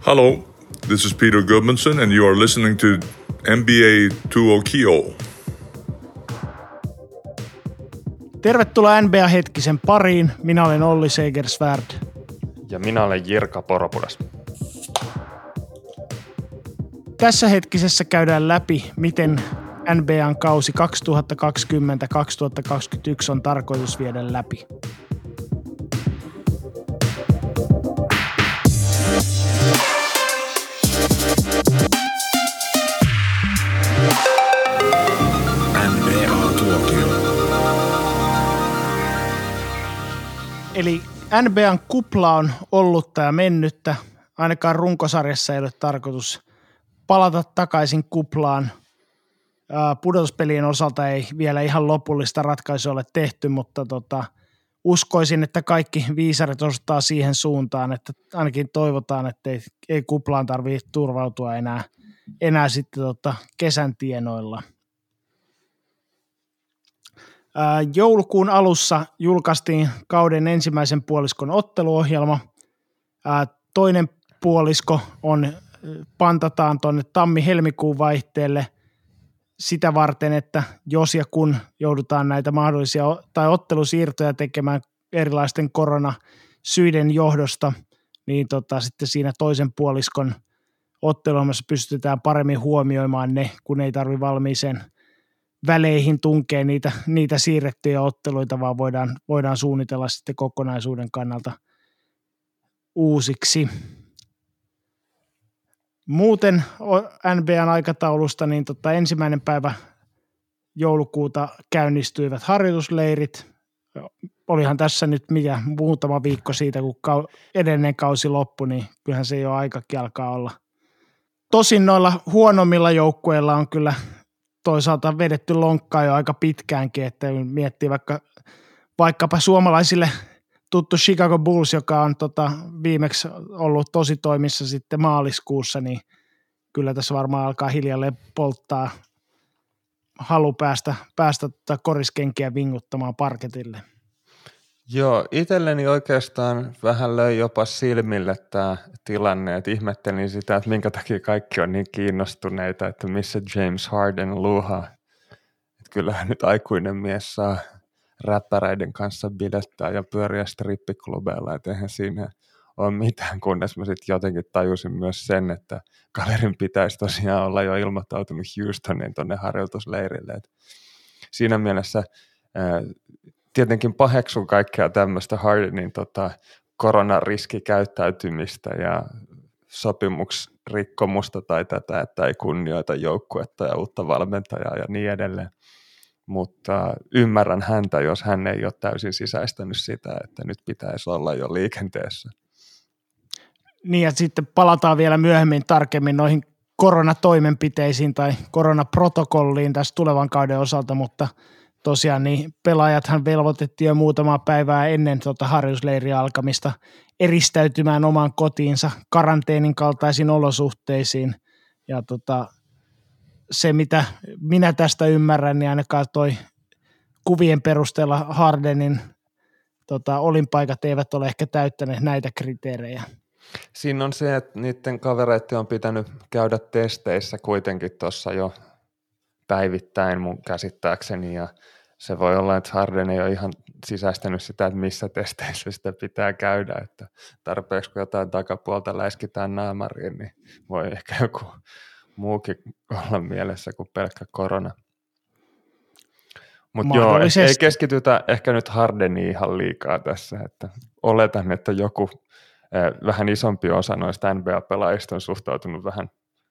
Hello, this is Peter Gudmundsson and you are listening to NBA 2 Tervetuloa NBA-hetkisen pariin. Minä olen Olli Segersvärd. Ja minä olen Jirka Poropudas. Tässä hetkisessä käydään läpi, miten NBAn kausi 2020-2021 on tarkoitus viedä läpi. Eli NBAn kupla on ollutta ja mennyttä. Ainakaan runkosarjassa ei ole tarkoitus palata takaisin kuplaan. Pudotuspelien osalta ei vielä ihan lopullista ratkaisua ole tehty, mutta uskoisin, että kaikki viisarit osoittaa siihen suuntaan, että ainakin toivotaan, että ei kuplaan tarvitse turvautua enää sitten kesän tienoilla. Joulukuun alussa julkaistiin kauden ensimmäisen puoliskon otteluohjelma. Toinen puolisko pantataan tuonne tammi-helmikuun vaihteelle sitä varten, että jos ja kun joudutaan näitä mahdollisia tai ottelusiirtoja tekemään erilaisten koronasyiden johdosta, niin sitten siinä toisen puoliskon otteluohjelmassa pystytään paremmin huomioimaan ne, kun ei tarvitse valmiiseen väleihin tunkee niitä siirrettyjä otteluita, vaan voidaan suunnitella sitten kokonaisuuden kannalta uusiksi. Muuten NBAn aikataulusta niin ensimmäinen päivä joulukuuta käynnistyivät harjoitusleirit. Olihan tässä nyt muutama viikko siitä, kun edellinen kausi loppui, niin kyllähän se jo aikakin alkaa olla. Tosin noilla huonommilla joukkueilla on kyllä toisaalta vedetty lonkkaa jo aika pitkäänkin, että miettii vaikkapa suomalaisille tuttu Chicago Bulls, joka on viimeksi ollut tosi toimissa sitten maaliskuussa, niin kyllä tässä varmaan alkaa hiljalleen polttaa halu päästä koriskenkiä vinguttamaan parketille. Joo, itselleni oikeastaan vähän löi jopa silmille tämä tilanne, että ihmettelin sitä, että minkä takia kaikki on niin kiinnostuneita, että missä James Harden luuhaa. Että kyllähän nyt aikuinen mies saa räppäreiden kanssa bilettää ja pyöriä strippiklubeilla, että eihän siinä ole mitään, kunnes mä sitten jotenkin tajusin myös sen, että kaverin pitäisi tosiaan olla jo ilmoittautunut Houstoniin tuonne harjoitusleirille. Et siinä mielessä tietenkin paheksun kaikkea tämmöistä Hardenin koronariskikäyttäytymistä ja sopimusrikkomusta tai tätä, että ei kunnioita joukkuetta ja uutta valmentajaa ja niin edelleen. Mutta ymmärrän häntä, jos hän ei ole täysin sisäistänyt sitä, että nyt pitäisi olla jo liikenteessä. Niin ja sitten palataan vielä myöhemmin tarkemmin noihin koronatoimenpiteisiin tai koronaprotokolliin tässä tulevan kauden osalta, mutta tosiaan niin pelaajathan velvoitettiin jo muutamaa päivää ennen harjoitusleiriä alkamista eristäytymään omaan kotiinsa karanteenin kaltaisiin olosuhteisiin. Ja se, mitä minä tästä ymmärrän, niin ainakaan toi kuvien perusteella Hardenin olinpaikat eivät ole ehkä täyttäneet näitä kriteerejä. Siinä on se, että niiden kavereiden on pitänyt käydä testeissä kuitenkin tuossa jo päivittäin mun käsittääkseni, ja se voi olla, että Harden ei ole ihan sisäistänyt sitä, että missä testeissä sitä pitää käydä, että tarpeeksi kun jotain takapuolta läiskitään naamariin, niin voi ehkä joku muukin olla mielessä kuin pelkkä korona. Mutta joo, ei keskitytä ehkä nyt Hardeniin ihan liikaa tässä, että oletan, että joku vähän isompi osa noista NBA-pelaajista on suhtautunut vähän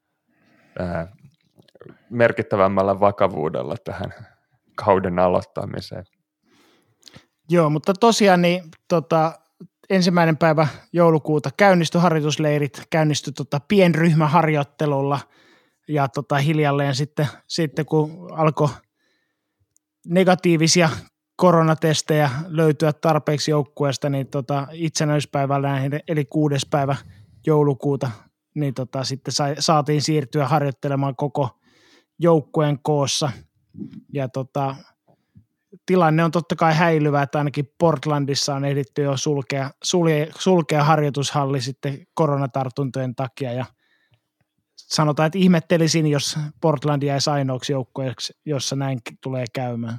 merkittävämmällä vakavuudella tähän kauden aloittamiseen. Joo, mutta tosiaan niin, ensimmäinen päivä joulukuuta käynnistyi harjoitusleirit, käynnistyi pienryhmäharjoittelulla ja hiljalleen sitten kun alkoi negatiivisia koronatestejä löytyä tarpeeksi joukkueesta, niin itsenäisyyspäivällä eli 6. päivä joulukuuta, niin sitten saatiin siirtyä harjoittelemaan koko joukkueen koossa. Ja tilanne on totta kai häilyvä, että ainakin Portlandissa on ehditty jo sulkea harjoitushalli sitten koronatartuntojen takia ja sanotaan, että ihmettelisin, jos Portland jäisi ainoaksi joukkueeksi, jossa näin tulee käymään.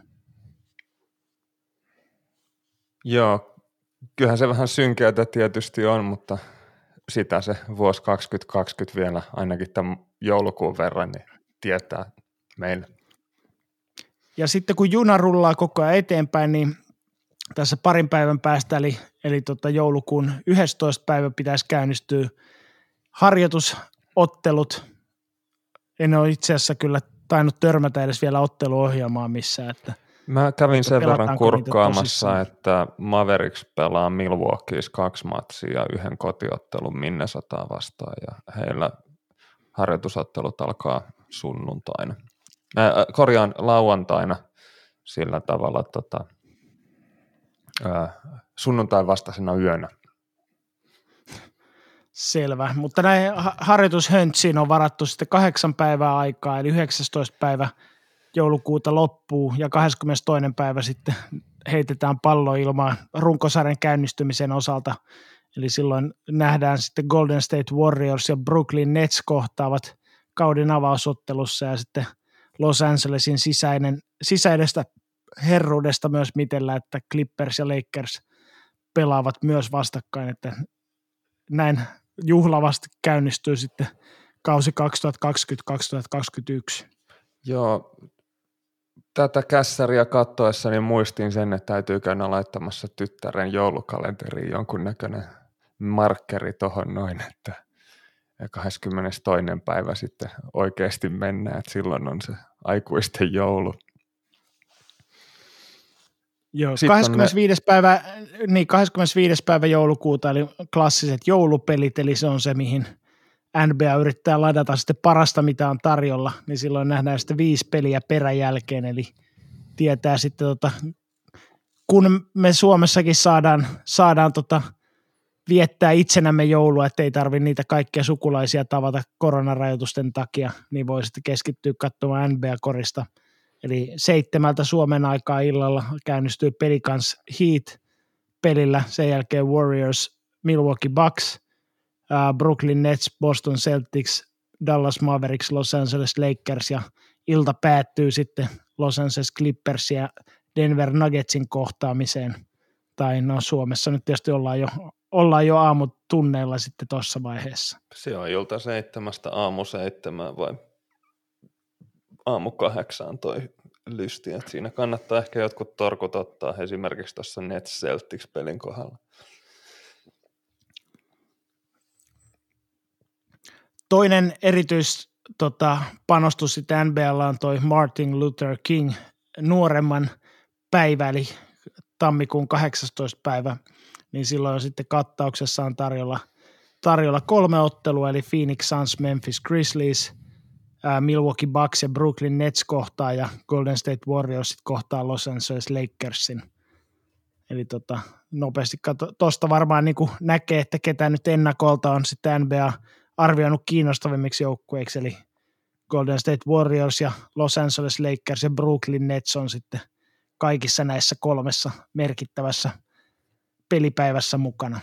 Joo, kyllähän se vähän synkeätä tietysti on, mutta sitä se vuosi 2020 vielä ainakin tämän joulukuun verran niin tietää meille. Ja sitten kun juna rullaa koko ajan eteenpäin, niin tässä parin päivän päästä, eli joulukuun 11. päivä pitäisi käynnistyä harjoitusottelut. En ole itse asiassa kyllä tainnut törmätä edes vielä otteluohjelmaa missään. Että mä kävin sen verran kurkkaamassa, että Mavericks pelaa Milwaukeeissa 2 matsia ja 1 kotiottelun Minnesotaa vastaan ja heillä harjoitusottelut alkaa sunnuntaina. Lauantaina sillä tavalla sunnuntain vastaisena yönä. Selvä, mutta näin harjoitushöntsiin on varattu sitten 8 päivää aikaa, eli 19. päivä joulukuuta loppuu ja 22. päivä sitten heitetään pallo ilmaan runkosarjan käynnistymisen osalta. Eli silloin nähdään sitten Golden State Warriors ja Brooklyn Nets kohtaavat kauden avausottelussa ja sitten Los Angelesin sisäisestä herruudesta myös mitellä, että Clippers ja Lakers pelaavat myös vastakkain, että näin juhlavasti käynnistyy sitten kausi 2020-2021. Joo, tätä kässäriä katsoessani muistin sen, että täytyy käydä laittamassa tyttären joulukalenteriin jonkunnäköinen markkeri tuohon noin, että 22. päivä sitten oikeasti mennään, että silloin on se aikuisten joulu. Joo, 25. päivä joulukuuta, eli klassiset joulupelit, eli se on se, mihin NBA yrittää ladata sitten parasta, mitä on tarjolla, niin silloin nähdään sitten 5 peliä peräjälkeen, eli tietää sitten, kun me Suomessakin saadaan viettää itsenämme joulua, ettei tarvitse niitä kaikkia sukulaisia tavata koronarajoitusten takia, niin voi sitten keskittyä katsomaan NBA-korista. Eli 7 Suomen aikaa illalla käynnistyy Pelicans Heat-pelillä, sen jälkeen Warriors, Milwaukee Bucks, Brooklyn Nets, Boston Celtics, Dallas Mavericks, Los Angeles Lakers ja ilta päättyy sitten Los Angeles Clippers ja Denver Nuggetsin kohtaamiseen. Tai no Suomessa nyt tietysti ollaan jo aamutunneilla sitten tuossa vaiheessa. Se on ilta 7 aamu 7 vai aamu 8 toi lysti. Et siinä kannattaa ehkä jotkut torkut ottaa esimerkiksi tuossa Nets Celtics pelin kohdalla. Toinen panostus sitten NBA:lla on toi Martin Luther King nuoremman päivä, eli tammikuun 18. päivä, niin silloin on sitten kattauksessa on tarjolla 3 ottelua, eli Phoenix Suns, Memphis Grizzlies, Milwaukee Bucks ja Brooklyn Nets kohtaa ja Golden State Warriors kohtaa Los Angeles Lakersin. Eli nopeasti tuosta varmaan niin kuin näkee, että ketä nyt ennakolta on sitten NBA arvioinut kiinnostavimmiksi joukkueiksi, eli Golden State Warriors ja Los Angeles Lakers ja Brooklyn Nets on sitten kaikissa näissä 3 merkittävässä pelipäivässä mukana.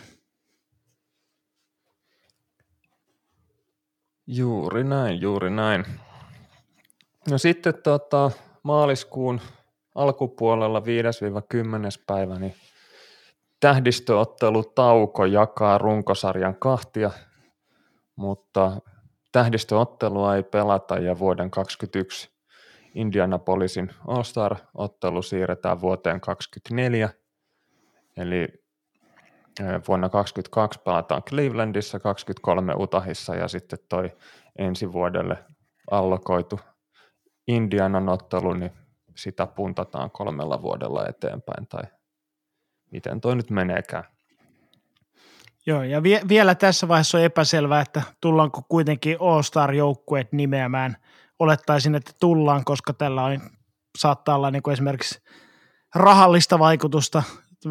Juuri näin. No sitten maaliskuun alkupuolella 5-10. päivä, niin tähdistöottelutauko jakaa runkosarjan 2, mutta tähdistöottelua ei pelata ja vuoden 2021 Indianapolisin All-Star-ottelu siirretään vuoteen 2024, eli vuonna 2022 pelataan Clevelandissa, 2023 Utahissa ja sitten toi ensi vuodelle allokoitu Indianan ottelu, niin sitä puntataan 3 vuodella eteenpäin tai miten toi nyt meneekään. Joo, ja vielä tässä vaiheessa on epäselvää, että tullaanko kuitenkin All-Star-joukkueet nimeämään. Olettaisin, että tullaan, koska tällä saattaa olla niin kuin esimerkiksi rahallista vaikutusta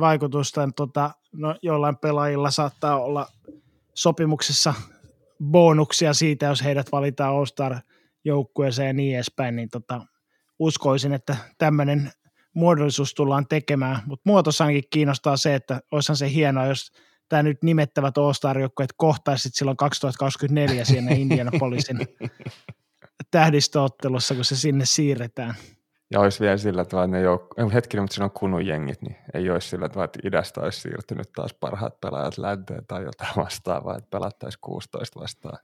joillain pelaajilla saattaa olla sopimuksessa bonuksia siitä, jos heidät valitaan All-Star-joukkueeseen ja niin edespäin, niin uskoisin, että tämmöinen muodollisuus tullaan tekemään, mutta mua tuossa ainakin kiinnostaa se, että olisihan se hienoa, jos tämä nyt nimettävät All-Star-joukkueet kohtaisivat silloin 2024 siinä Indianapolisin tähdistöottelussa, kun se sinne siirretään. Ja olisi vielä sillä tavalla, että hetkinen, mutta siinä on kunun jengit, niin ei olisi sillä tavalla, että idästä olisi siirtynyt taas parhaat pelaajat länteen tai jotain vastaavaa, että pelattaisiin 16 vastaan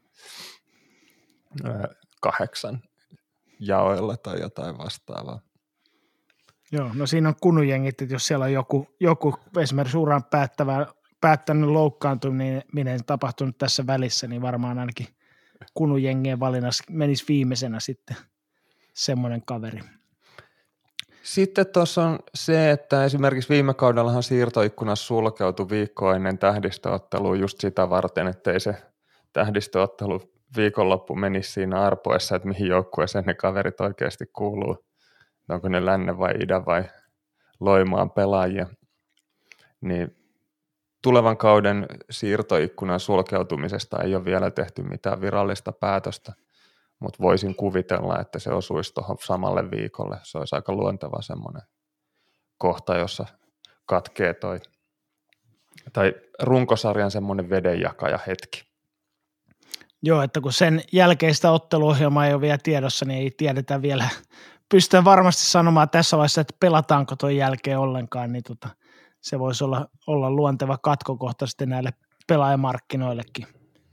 8 jaoilla tai jotain vastaavaa. Joo, no siinä on kunujengit, että jos siellä on joku esimerkiksi uran päättänyt loukkaantuminen tapahtunut tässä välissä, niin varmaan ainakin kunujengien valinnassa menisi viimeisenä sitten semmoinen kaveri. Sitten tuossa on se, että esimerkiksi viime kaudellahan siirtoikkuna sulkeutui viikkoa ennen tähdistöottelua just sitä varten, ettei se tähdistöottelu viikonloppu menisi siinä arpoessa, että mihin joukkueeseen ne kaverit oikeasti kuuluu. Onko ne lännen vai idän vai Loimaan pelaajia. Niin tulevan kauden siirtoikkunan sulkeutumisesta ei ole vielä tehty mitään virallista päätöstä, mutta voisin kuvitella, että se osuisi tuohon samalle viikolle. Se olisi aika luonteva semmoinen kohta, jossa katkee tai runkosarjan semmoinen vedenjakaja hetki. Joo, että kun sen jälkeistä otteluohjelmaa ei ole vielä tiedossa, niin ei tiedetä vielä. Pystytään varmasti sanomaan tässä vaiheessa, että pelataanko tuon jälkeen ollenkaan, niin se voisi olla luonteva katkokohta sitten näille pelaajamarkkinoillekin.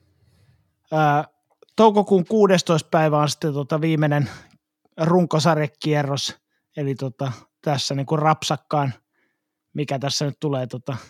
Toukokuun 16. päivä on sitten viimeinen runkosarjakierros, eli tässä niin kuin rapsakkaan, mikä tässä nyt tulee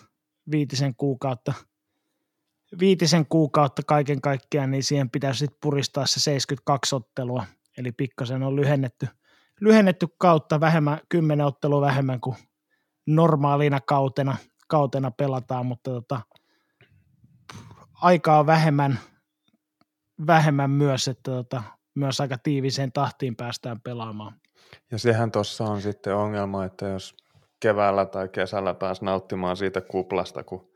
viitisen kuukautta kaiken kaikkiaan, niin siihen pitäisi sitten puristaa se 72 ottelua, eli pikkasen on lyhennetty kautta, 10 ottelua vähemmän kuin normaalina kautena pelataan, mutta aikaa on vähemmän myös, että myös aika tiiviseen tahtiin päästään pelaamaan. Ja sehän tuossa on sitten ongelma, että jos keväällä tai kesällä pääsi nauttimaan siitä kuplasta, kun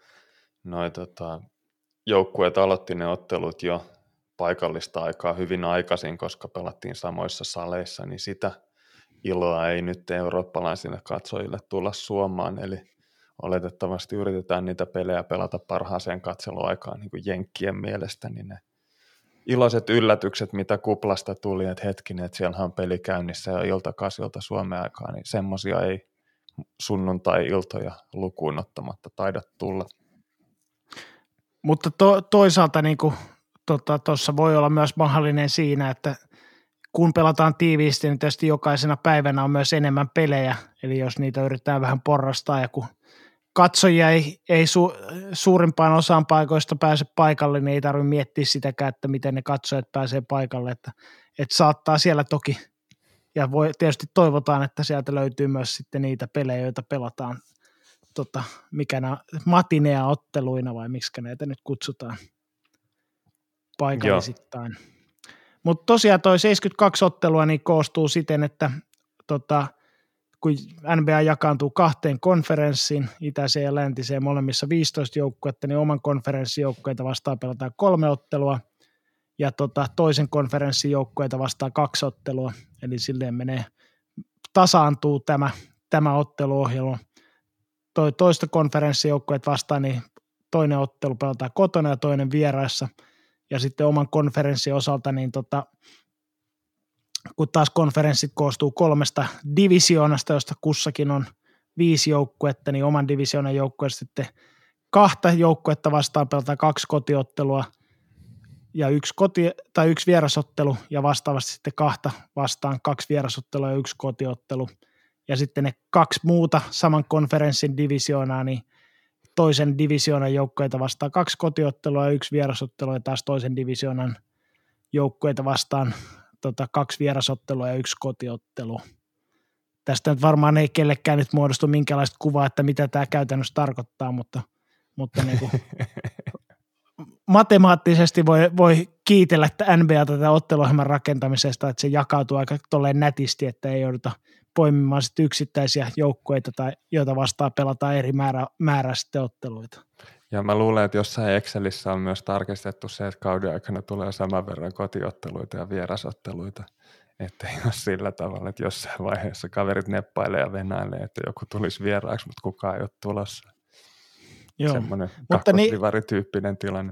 joukkueet aloitti ne ottelut jo paikallista aikaa hyvin aikaisin, koska pelattiin samoissa saleissa, niin sitä iloa ei nyt eurooppalaisille katsojille tulla suomaan, eli oletettavasti yritetään niitä pelejä pelata parhaaseen katseluaikaan niin kuin jenkkien mielestä, niin ne iloiset yllätykset, mitä kuplasta tuli, että hetkinen, että siellä on peli käynnissä jo ilta-8 Suomen aikaa, niin semmoisia ei sunnuntai-iltoja lukuun ottamatta taida tulla. Mutta toisaalta niin tuossa voi olla myös mahdollinen siinä, että kun pelataan tiiviisti, niin tietysti jokaisena päivänä on myös enemmän pelejä, eli jos niitä yritetään vähän porrastaa, ja kun katsojia ei suurimpaan osaan paikoista pääse paikalle, niin ei tarvitse miettiä sitäkään, että miten ne katsojat pääsee paikalle, että saattaa siellä toki, ja tietysti toivotaan, että sieltä löytyy myös sitten niitä pelejä, joita pelataan mikä nämä matinea-otteluina vai miksi näitä nyt kutsutaan paikallisittain. Mutta tosiaan toi 72 ottelua niin koostuu siten, että kun NBA jakaantuu 2 konferenssiin, itäiseen ja läntiseen, molemmissa 15 joukkuetta, niin oman konferenssin joukkueita vastaan pelataan 3 ottelua, ja toisen konferenssin joukkueita vastaan 2 ottelua, eli silleen tasaantuu tämä otteluohjelma. Toista konferenssijoukkueet vastaan, niin toinen ottelu pelataan kotona ja toinen vieraissa, ja sitten oman konferenssin osalta, niin kun taas konferenssit koostuu 3 divisioonasta, josta kussakin on 5 joukkuetta, niin oman divisioonan joukkueesta sitten 2 joukkuetta vastaan pelataan 2 kotiottelua ja 1 vierasottelu, ja vastaavasti sitten 2 vastaan 2 vierasottelua ja 1 kotiottelu. Ja sitten ne 2 muuta saman konferenssin divisioonaa, niin toisen divisioonan joukkueita vastaan 2 kotiottelua ja 1 vierasottelua, ja taas toisen divisioonan joukkueita vastaan 2 vierasottelua ja 1 kotiottelu. Tästä nyt varmaan ei kellekään nyt muodostu minkälaista kuvaa, että mitä tämä käytännössä tarkoittaa, mutta niin kuin matemaattisesti voi kiitellä NBA tätä otteluohjelman rakentamisesta, että se jakautuu aika tolleen nätisti, että ei jouduta poimimaan sitten yksittäisiä joukkueita, tai joita vastaan pelataan eri määrä sitten otteluita. Ja mä luulen, että jossain Excelissä on myös tarkistettu se, että kauden aikana tulee saman verran kotiotteluita ja vierasotteluita Että ei ole sillä tavalla, että jossain vaiheessa kaverit neppailee ja venailee, että joku tulisi vieraaksi, mutta kukaan ei ole tulossa. Joo. Semmoinen Mutta kakkosdivarityyppinen tilanne.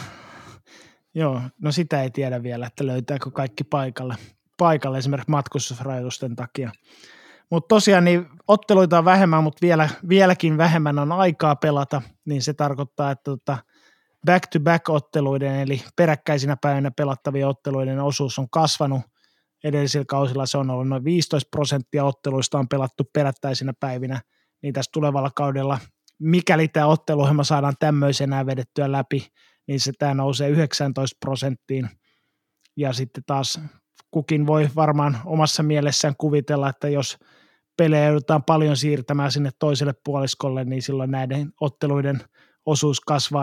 Joo, no sitä ei tiedä vielä, että löytääkö kaikki paikalle esimerkiksi matkustusrajoitusten takia. Mutta tosiaan niin otteluita on vähemmän, mutta vieläkin vähemmän on aikaa pelata, niin se tarkoittaa, että back-to-back-otteluiden eli peräkkäisinä päivinä pelattavien otteluiden osuus on kasvanut. Edellisillä kausilla se on ollut noin 15% otteluista on pelattu perättäisinä päivinä, niin tässä tulevalla kaudella, mikäli tämä otteluohjelma saadaan tämmöisenä vedettyä läpi, niin se tämä nousee 19%. Ja sitten taas kukin voi varmaan omassa mielessään kuvitella, että jos pelejä joudutaan paljon siirtämään sinne toiselle puoliskolle, niin silloin näiden otteluiden osuus kasvaa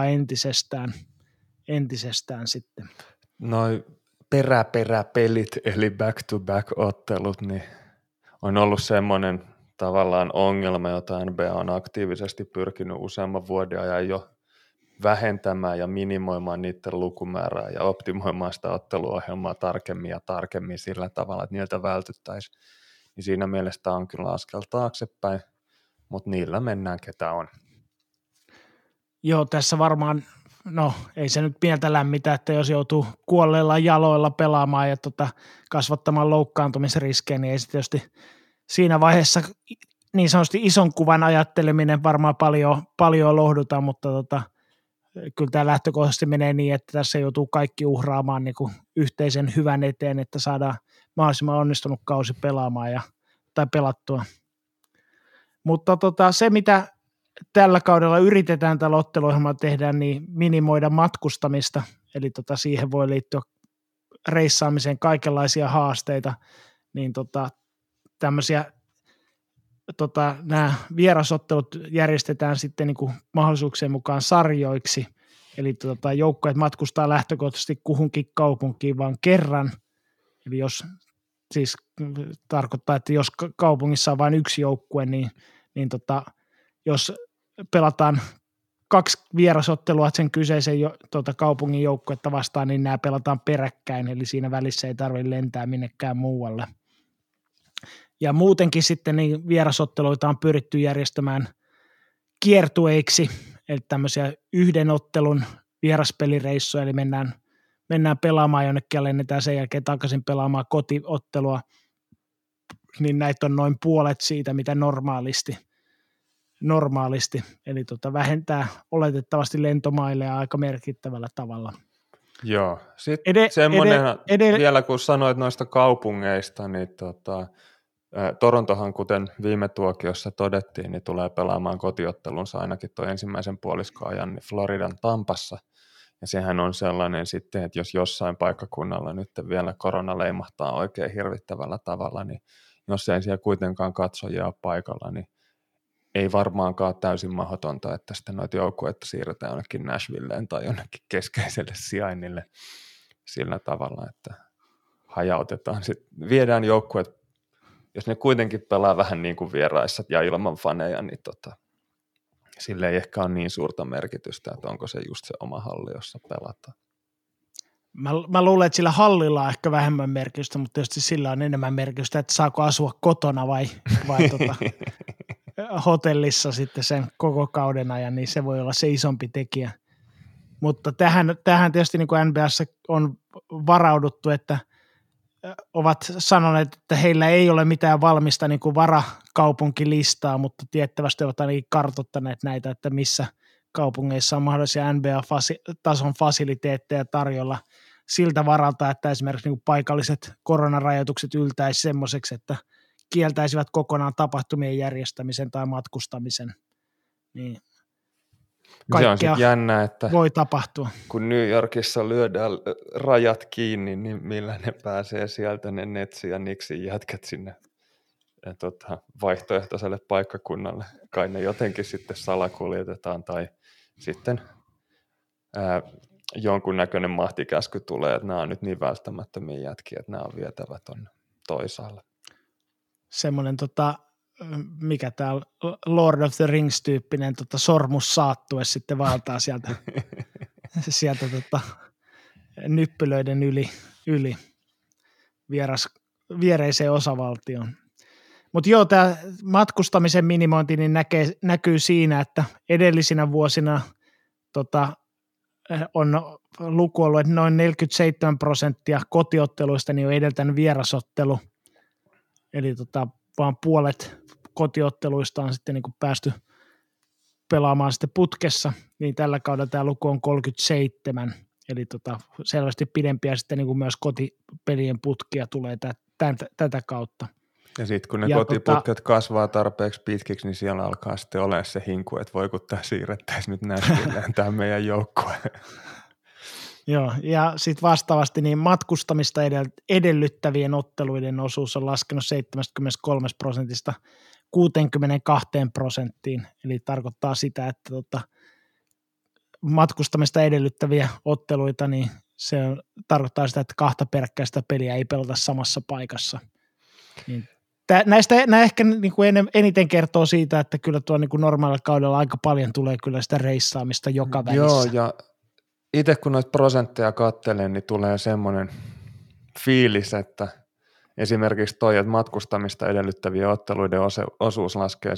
entisestään sitten. Noi peräpelit eli back-to-back-ottelut niin on ollut semmoinen tavallaan ongelma, jota NBA on aktiivisesti pyrkinyt useamman vuoden ajan jo vähentämään ja minimoimaan niiden lukumäärää ja optimoimaan sitä otteluohjelmaa tarkemmin sillä tavalla, että niiltä vältyttäisiin. Niin siinä mielessä tämä on kyllä askel taaksepäin, mutta niillä mennään ketä on. Joo, tässä varmaan, no ei se nyt mieltä lämmitä, että jos joutuu kuolleilla jaloilla pelaamaan ja kasvattamaan loukkaantumisriskejä, niin ei se tietysti siinä vaiheessa niin sanotusti ison kuvan ajatteleminen varmaan paljon lohduta, mutta kyllä tämä lähtökohtaisesti menee niin, että tässä joutuu kaikki uhraamaan niin kuin yhteisen hyvän eteen, että saadaan mahdollisimman onnistunut kausi pelaamaan tai pelattua. Mutta se, mitä tällä kaudella yritetään tällä otteluohjelmalla tehdä, niin minimoida matkustamista, eli siihen voi liittyä reissaamiseen kaikenlaisia haasteita, niin tämmöisiä nämä vierasottelut järjestetään sitten niin kuin mahdollisuuksien mukaan sarjoiksi, eli joukkueet matkustaa lähtökohtaisesti kuhunkin kaupunkiin vain kerran, eli jos siis tarkoittaa, että jos kaupungissa on vain yksi joukkue, niin jos pelataan 2 vierasottelua sen kyseisen kaupungin joukkuetta vastaan, niin nämä pelataan peräkkäin, eli siinä välissä ei tarvitse lentää minnekään muualle. Ja muutenkin sitten niin vierasotteluita on pyritty järjestämään kiertueiksi, eli tämmöisiä yhden ottelun vieraspelireissuja, eli mennään pelaamaan jonnekin ja lennetään sen jälkeen takaisin pelaamaan kotiottelua, niin näitä on noin puolet siitä, mitä normaalisti. Eli vähentää oletettavasti lentomaileja aika merkittävällä tavalla. Joo, sitten semmoinen, vielä kun sanoit noista kaupungeista, niin Torontohan, kuten viime tuokiossa todettiin, niin tulee pelaamaan kotiottelunsa ainakin tuon ensimmäisen puoliskoajan niin Floridan Tampassa. Ja sehän on sellainen sitten, että jos jossain paikkakunnalla nyt vielä korona leimahtaa oikein hirvittävällä tavalla, niin jos ei siellä kuitenkaan katsojia ole paikalla, niin ei varmaankaan täysin mahdotonta, että sitten noita joukkueita siirretään jonnekin Nashvilleen tai jonnekin keskeiselle sijainnille sillä tavalla, että hajautetaan. Sitten viedään joukkueet, jos ne kuitenkin pelaa vähän niin kuin vieraissa ja ilman faneja, niin sille ei ehkä ole niin suurta merkitystä, että onko se just se oma halli, jossa pelataan. Mä luulen, että sillä hallilla on ehkä vähemmän merkitystä, mutta tietysti sillä on enemmän merkitystä, että saako asua kotona vai hotellissa sitten sen koko kauden ajan, niin se voi olla se isompi tekijä. Mutta tähän tietysti niin kuin NBA:ssa on varauduttu, että ovat sanoneet, että heillä ei ole mitään valmista niin kuin varakaupunkilistaa, mutta tiettävästi ovat ainakin kartoittaneet näitä, että missä kaupungeissa on mahdollisia NBA-tason fasiliteetteja tarjolla siltä varalta, että esimerkiksi niin kuin paikalliset koronarajoitukset yltäisi semmoiseksi, että kieltäisivät kokonaan tapahtumien järjestämisen tai matkustamisen. Niin se on sitten jännä, että voi tapahtua. Kun New Yorkissa lyödään rajat kiinni, niin millä ne pääsee sieltä ne Netsin ja Knicksin jätkät sinne vaihtoehtoiselle paikkakunnalle. Kai ne jotenkin sitten salakuljetetaan tai sitten jonkunnäköinen mahtikäsky tulee, että nämä on nyt niin välttämättömiä jätkiä, että nämä on vietävä tuonne toisaalle. Semmoinen mikä tämä Lord of the Rings-tyyppinen sormussaattue sitten valtaa sieltä nyppylöiden yli viereiseen osavaltioon. Mutta joo, tämä matkustamisen minimointi niin näkyy siinä, että edellisinä vuosina on luku ollut, että noin 47% kotiotteluista niin on edeltänyt vierasottelu. Eli vaan puolet kotiotteluista on sitten niin kuin päästy pelaamaan sitten putkessa, niin tällä kaudella tämä luku on 37, eli selvästi pidempiä sitten niin kuin myös kotipelien putkia tulee tätä kautta. Ja sitten kun ne kotiputket kasvaa tarpeeksi pitkiksi, niin siellä alkaa sitten olemaan se hinku, että voi kun tämä siirrettäisiin nyt Nashvilleen tämä meidän joukkue. Joo, ja sitten vastaavasti niin matkustamista edellyttävien otteluiden osuus on laskenut 73% 62%, eli tarkoittaa sitä, että matkustamista edellyttäviä otteluita, niin se tarkoittaa sitä, että 2 peräkkäistä peliä ei pelata samassa paikassa. Niin nämä ehkä niin kuin eniten kertoo siitä, että kyllä tuo niin kuin normaalilla kaudella aika paljon tulee kyllä sitä reissaamista joka välissä. Joo, ja itse kun noita prosentteja katselen, niin tulee semmoinen fiilis, että esimerkiksi toi, että matkustamista edellyttävien otteluiden osuus laskee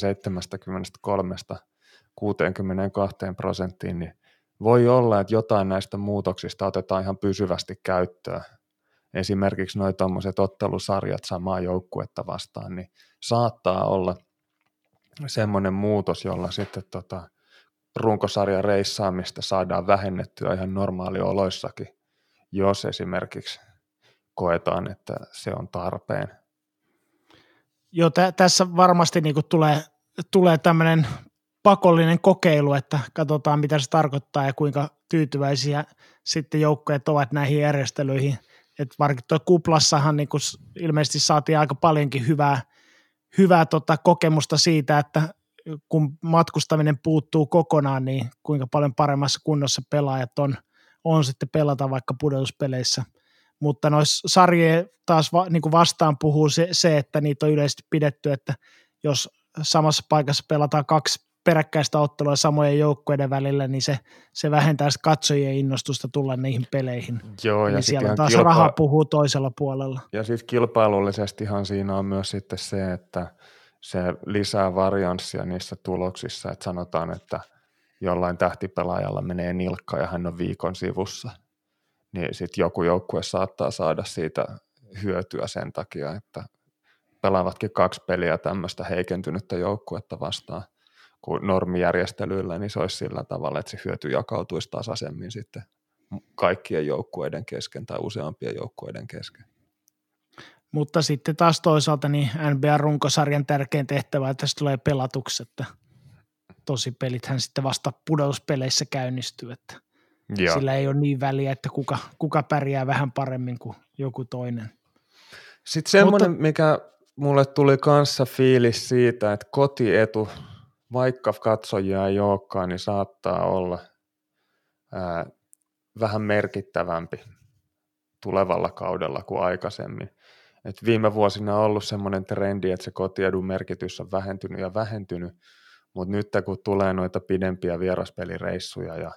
73–62%, niin voi olla, että jotain näistä muutoksista otetaan ihan pysyvästi käyttöön. Esimerkiksi nuo tommoset ottelusarjat samaa joukkuetta vastaan, niin saattaa olla semmoinen muutos, jolla sitten runkosarjan reissaamista saadaan vähennettyä ihan normaalioloissakin, jos esimerkiksi koetaan, että se on tarpeen. Joo, tässä varmasti niin kuin tulee tämmöinen pakollinen kokeilu, että katsotaan mitä se tarkoittaa ja kuinka tyytyväisiä sitten joukkueet ovat näihin järjestelyihin. Että varsinkin tuo kuplassahan niin kuin ilmeisesti saatiin aika paljonkin hyvää kokemusta siitä, että kun matkustaminen puuttuu kokonaan, niin kuinka paljon paremmassa kunnossa pelaajat on sitten pelata vaikka pudotuspeleissä. Mutta noissa sarjien taas niin kuin vastaan puhuu se, että niitä on yleisesti pidetty, että jos samassa paikassa pelataan 2 peräkkäistä ottelua samojen joukkueiden välillä, niin se vähentää katsojien innostusta tulla niihin peleihin. Joo, ja siellä taas raha puhuu toisella puolella. Ja siis kilpailullisestihan siinä on myös sitten se, että se lisää varianssia niissä tuloksissa, että sanotaan, että jollain tähtipelaajalla menee nilkka ja hän on viikon sivussa, niin sitten joku joukkue saattaa saada siitä hyötyä sen takia, että pelaavatkin 2 peliä tämmöistä heikentynyttä joukkuetta vastaan kuin normijärjestelyillä, niin se olisi sillä tavalla, että se hyöty jakautuisi tasaisemmin sitten kaikkien joukkueiden kesken tai useampien joukkueiden kesken. Mutta sitten taas toisaalta niin NBA-runkosarjan tärkein tehtävä, että tässä tulee pelatuksi, että tosi pelithän sitten vasta pudotuspeleissä käynnistyy, että sillä ei ole niin väliä, että kuka pärjää vähän paremmin kuin joku toinen. Sitten semmoinen, mikä mulle tuli kanssa fiilis siitä, että kotietu, vaikka katsojia ei olekaan, niin saattaa olla vähän merkittävämpi tulevalla kaudella kuin aikaisemmin. Et viime vuosina on ollut semmoinen trendi, että se kotiedun merkitys on vähentynyt, mutta nyt kun tulee noita pidempiä vieraspelireissuja ja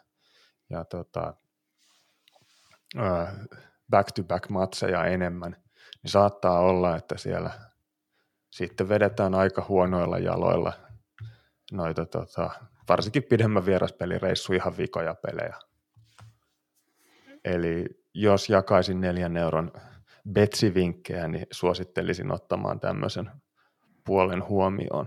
back-to-back-matseja enemmän, niin saattaa olla, että siellä sitten vedetään aika huonoilla jaloilla noita varsinkin pidemmän vieraspelireissu ihan vikoja pelejä. Eli jos jakaisin 4 euron betsivinkkejä, niin suosittelisin ottamaan tämmöisen puolen huomioon.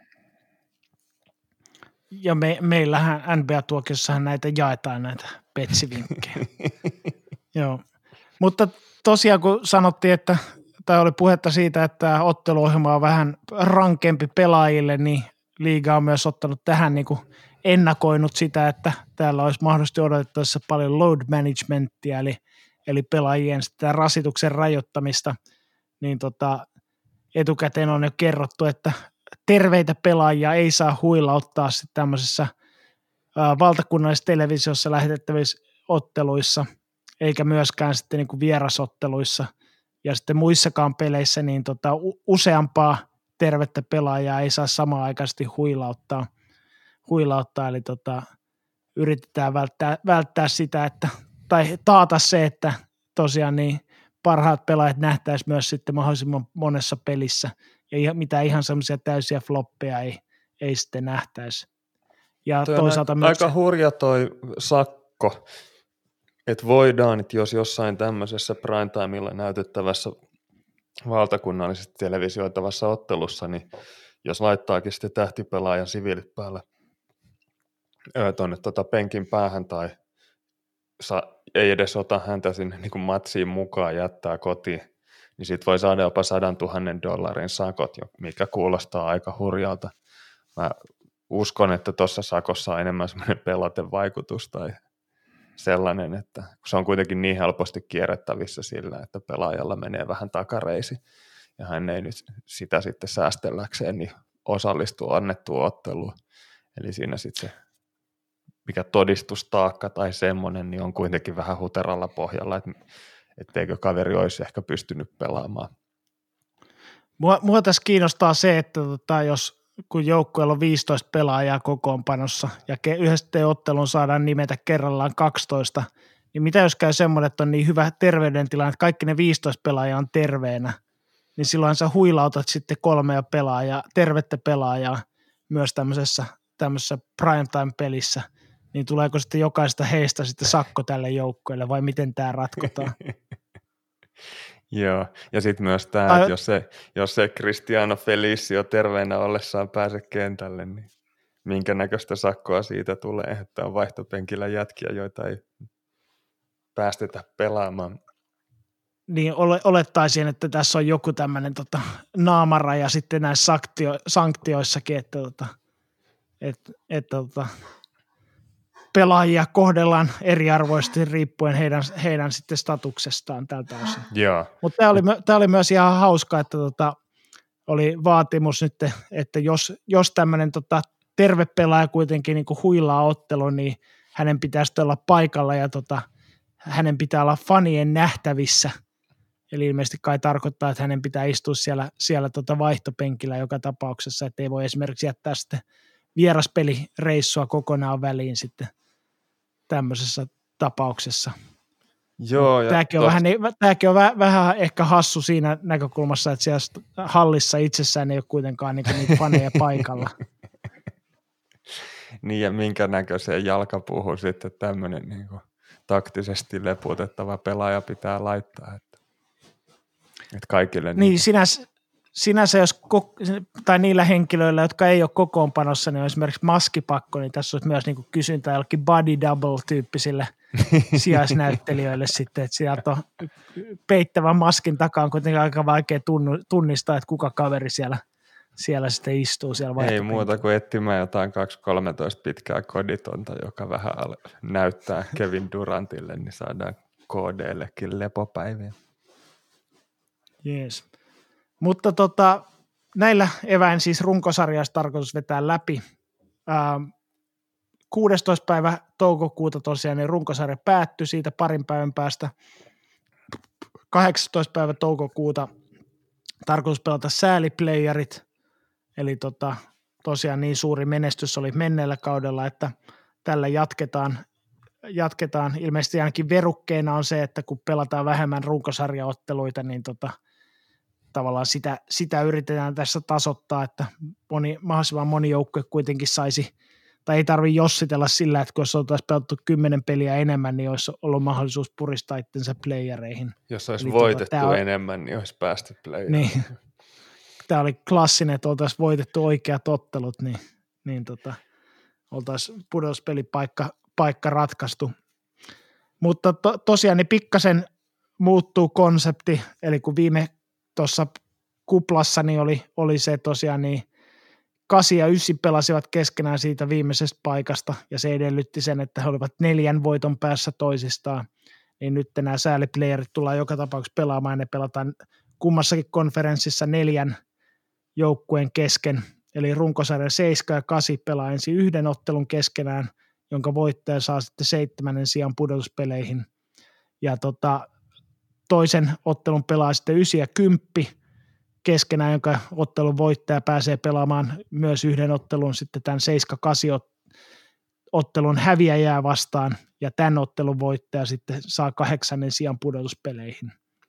Ja meillähän NBA-tuokiossahan näitä jaetaan näitä betsivinkkejä. Joo. Mutta tosiaan kun sanottiin, että tai oli puhetta siitä, että otteluohjelma on vähän rankempi pelaajille, niin liiga on myös ottanut tähän niin kuin ennakoinut sitä, että täällä olisi mahdollisesti odotettavissa paljon load managementia, eli pelaajien sitä rasituksen rajoittamista, niin etukäteen on jo kerrottu, että terveitä pelaajia ei saa huilauttaa sitten tämmöisessä valtakunnallisessa televisiossa lähetettävissä otteluissa, eikä myöskään sitten niin kuin vierasotteluissa, ja sitten muissakaan peleissä niin useampaa tervettä pelaajaa ei saa samanaikaisesti huilauttaa, eli yritetään välttää sitä, tai taata se, että tosiaan niin parhaat pelaajat nähtäisiin myös sitten mahdollisimman monessa pelissä, ja mitä ihan semmoisia täysiä floppeja ei sitten nähtäisi. Ja toi toisaalta on myös aika hurja toi sakko, että voidaan, että jos jossain tämmöisessä primetimeilla näytettävässä valtakunnallisesti televisioitavassa ottelussa, niin jos laittaakin sitten tähtipelaajan siviilit päällä tuonne penkin päähän tai ei edes ota häntä sinne niin kuin matsiin mukaan, jättää kotiin, niin sit voi saada jopa $100,000 sakot, mikä kuulostaa aika hurjalta. Mä uskon, että tuossa sakossa on enemmän semmoinen pelotevaikutus tai sellainen, että se on kuitenkin niin helposti kierrettävissä sillä, että pelaajalla menee vähän takareisi ja hän ei nyt sitä sitten säästelläkseen niin osallistuu annettuun otteluun. Eli siinä sitten se mikä todistustaakka tai semmoinen, niin on kuitenkin vähän huteralla pohjalla, etteikö kaveri olisi ehkä pystynyt pelaamaan. Mua tässä kiinnostaa se, että kun joukkueella on 15 pelaajaa kokoonpanossa ja yhdessä ottelun saadaan nimetä kerrallaan 12, niin mitä jos käy semmoinen, että on niin hyvä terveydentila, että kaikki ne 15 pelaajaa on terveenä, niin silloin sä huilautat sitten 3 tervettä pelaajaa myös tämmöisessä primetime-pelissä, niin tuleeko sitten jokaista heistä sitten sakko tälle joukkueelle vai miten tämä ratkotaan? Joo, ja sitten myös tämä, että jos se Cristiano Felicio terveenä ollessaan pääse kentälle, niin minkä näköistä sakkoa siitä tulee, että on vaihtopenkillä jätkiä, joita ei päästetä pelaamaan. Niin olettaisin, että tässä on joku tämmöinen naamaraja sitten näissä sanktioissakin, että pelaajia kohdellaan eriarvoisesti riippuen heidän sitten statuksestaan tältä osin. Mutta tämä oli myös ihan hauska, että oli vaatimus nyt, että jos tämmöinen terve pelaaja kuitenkin niin kuin huilaa ottelun, niin hänen pitäisi olla paikalla ja hänen pitää olla fanien nähtävissä. Eli ilmeisesti kai tarkoittaa, että hänen pitää istua siellä vaihtopenkillä joka tapauksessa, että ei voi esimerkiksi jättää sitten vieraspelireissua kokonaan väliin sitten tämmöisessä tapauksessa. Joo, ja tämäkin on vähän ehkä hassu siinä näkökulmassa, että siellä hallissa itsessään ei ole kuitenkaan niitä faneja paikalla. Niin ja minkä näköiseen jalkapuuhun sitten tämmöinen niin kuin taktisesti leputettava pelaaja pitää laittaa, että kaikille niin sinänsä jos tai niillä henkilöillä, jotka ei ole kokoonpanossa, niin on esimerkiksi maskipakko, niin tässä olisi myös niin kuin kysyntää jollekin body double-tyyppisille sijaisnäyttelijöille sitten, että sieltä on peittävän maskin takaa on kuitenkin aika vaikea tunnistaa, että kuka kaveri siellä sitten istuu siellä vaihtopenkillä. Ei muuta kuin etsimään jotain 2-13 pitkää koditonta, joka vähän näyttää Kevin Durantille, niin saadaan KD:llekin lepopäiviä. Jees. Mutta näillä eväin siis runkosarjasta tarkoitus vetää läpi. 16. päivä toukokuuta tosiaan niin runkosarja päättyi siitä parin päivän päästä. 18. päivä toukokuuta tarkoitus pelata sääliplayerit, eli tosiaan niin suuri menestys oli menneellä kaudella, että tällä jatketaan. Ilmeisesti ainakin verukkeena on se, että kun pelataan vähemmän runkosarjaotteluita, niin tavallaan sitä yritetään tässä tasoittaa, että mahdollisimman moni joukkue kuitenkin saisi, tai ei tarvitse jossitella sillä, että jos oltaisiin pelattu 10 peliä enemmän, niin olisi ollut mahdollisuus puristaa itsensä playereihin. Jos olisi voitettu enemmän, niin olisi päästy playereihin. Niin. Tämä oli klassinen, että oltaisiin voitettu oikeat ottelut, niin oltaisiin pudotuspelipaikka ratkaistu. Mutta tosiaan niin pikkasen muuttuu konsepti, eli kun viime tuossa kuplassa niin oli se tosiaan niin 8 ja 9 pelasivat keskenään siitä viimeisestä paikasta, ja se edellytti sen, että he olivat 4 voiton päässä toisistaan, niin nyt nämä sääliplayerit tullaan joka tapauksessa pelaamaan, ja ne pelataan kummassakin konferenssissa 4 joukkueen kesken, eli runkosarja 7 ja 8 pelaa ensin 1 ottelun keskenään, jonka voittaja saa sitten 7. sijan pudotuspeleihin, ja toisen ottelun pelaa sitten 9 ja 10 keskenään, jonka ottelun voittaja pääsee pelaamaan myös 1 ottelun sitten tämän 7-8 ottelun häviäjää vastaan, ja tämän ottelun voittaja sitten saa 8. sijan pudotuspeleihin.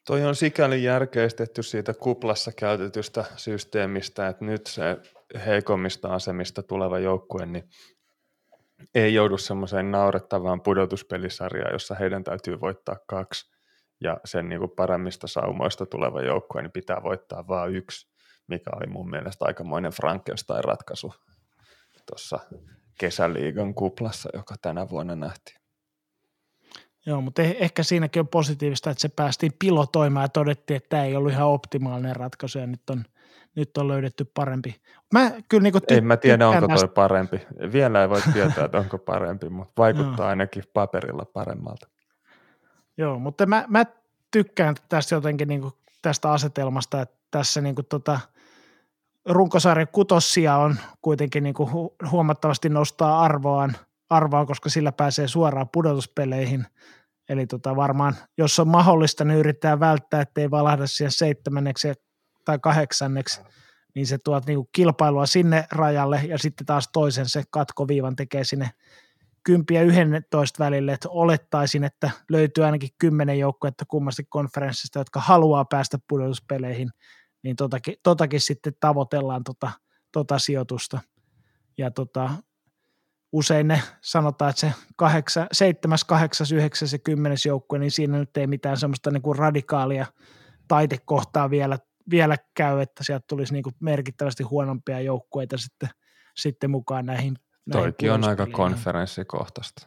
Toi on sikäli järkeistetty siitä kuplassa käytetystä systeemistä, että nyt se heikommista asemista tuleva joukkue niin ei joudu semmoiseen naurettavaan pudotuspelisarjaan, jossa heidän täytyy voittaa 2 ja sen niin kuin paremmista saumoista tuleva joukkue niin pitää voittaa vain 1, mikä oli mun mielestä aikamoinen Frankenstein-ratkaisu tuossa kesäliigan kuplassa, joka tänä vuonna nähtiin. Joo, mutta ehkä siinäkin on positiivista, että se päästiin pilotoimaan ja todettiin, että tämä ei ollut ihan optimaalinen ratkaisu ja nyt on löydetty parempi. Mä kyllä ei mä tiedä, onko toi parempi. Vielä ei voi tietää, että onko parempi, mutta vaikuttaa ainakin paperilla paremmalta. Joo, mutta mä tykkään tästä jotenkin niin kuin tästä asetelmasta, että tässä niin kuin runkosarjan kutossia on kuitenkin niin kuin huomattavasti nostaa arvoa, koska sillä pääsee suoraan pudotuspeleihin. Eli varmaan, jos on mahdollista, niin yrittää välttää, ettei valahda siihen 7. tai 8, niin se tuot niin kuin kilpailua sinne rajalle ja sitten taas toisen se katkoviivan tekee sinne 10 ja 11 välille, että olettaisin, että löytyy ainakin 10 joukkuetta kummasti konferenssista, jotka haluaa päästä pudotuspeleihin, niin totakin sitten tavoitellaan sijoitusta. Ja usein ne sanotaan, että se 7., 8., 9. ja 10. joukkue, niin siinä nyt ei mitään semmoista niin kuin radikaalia taitekohtaa vielä käy, että sieltä tulisi niin kuin merkittävästi huonompia joukkueita sitten mukaan näihin. Toikin on aika konferenssikohtaista.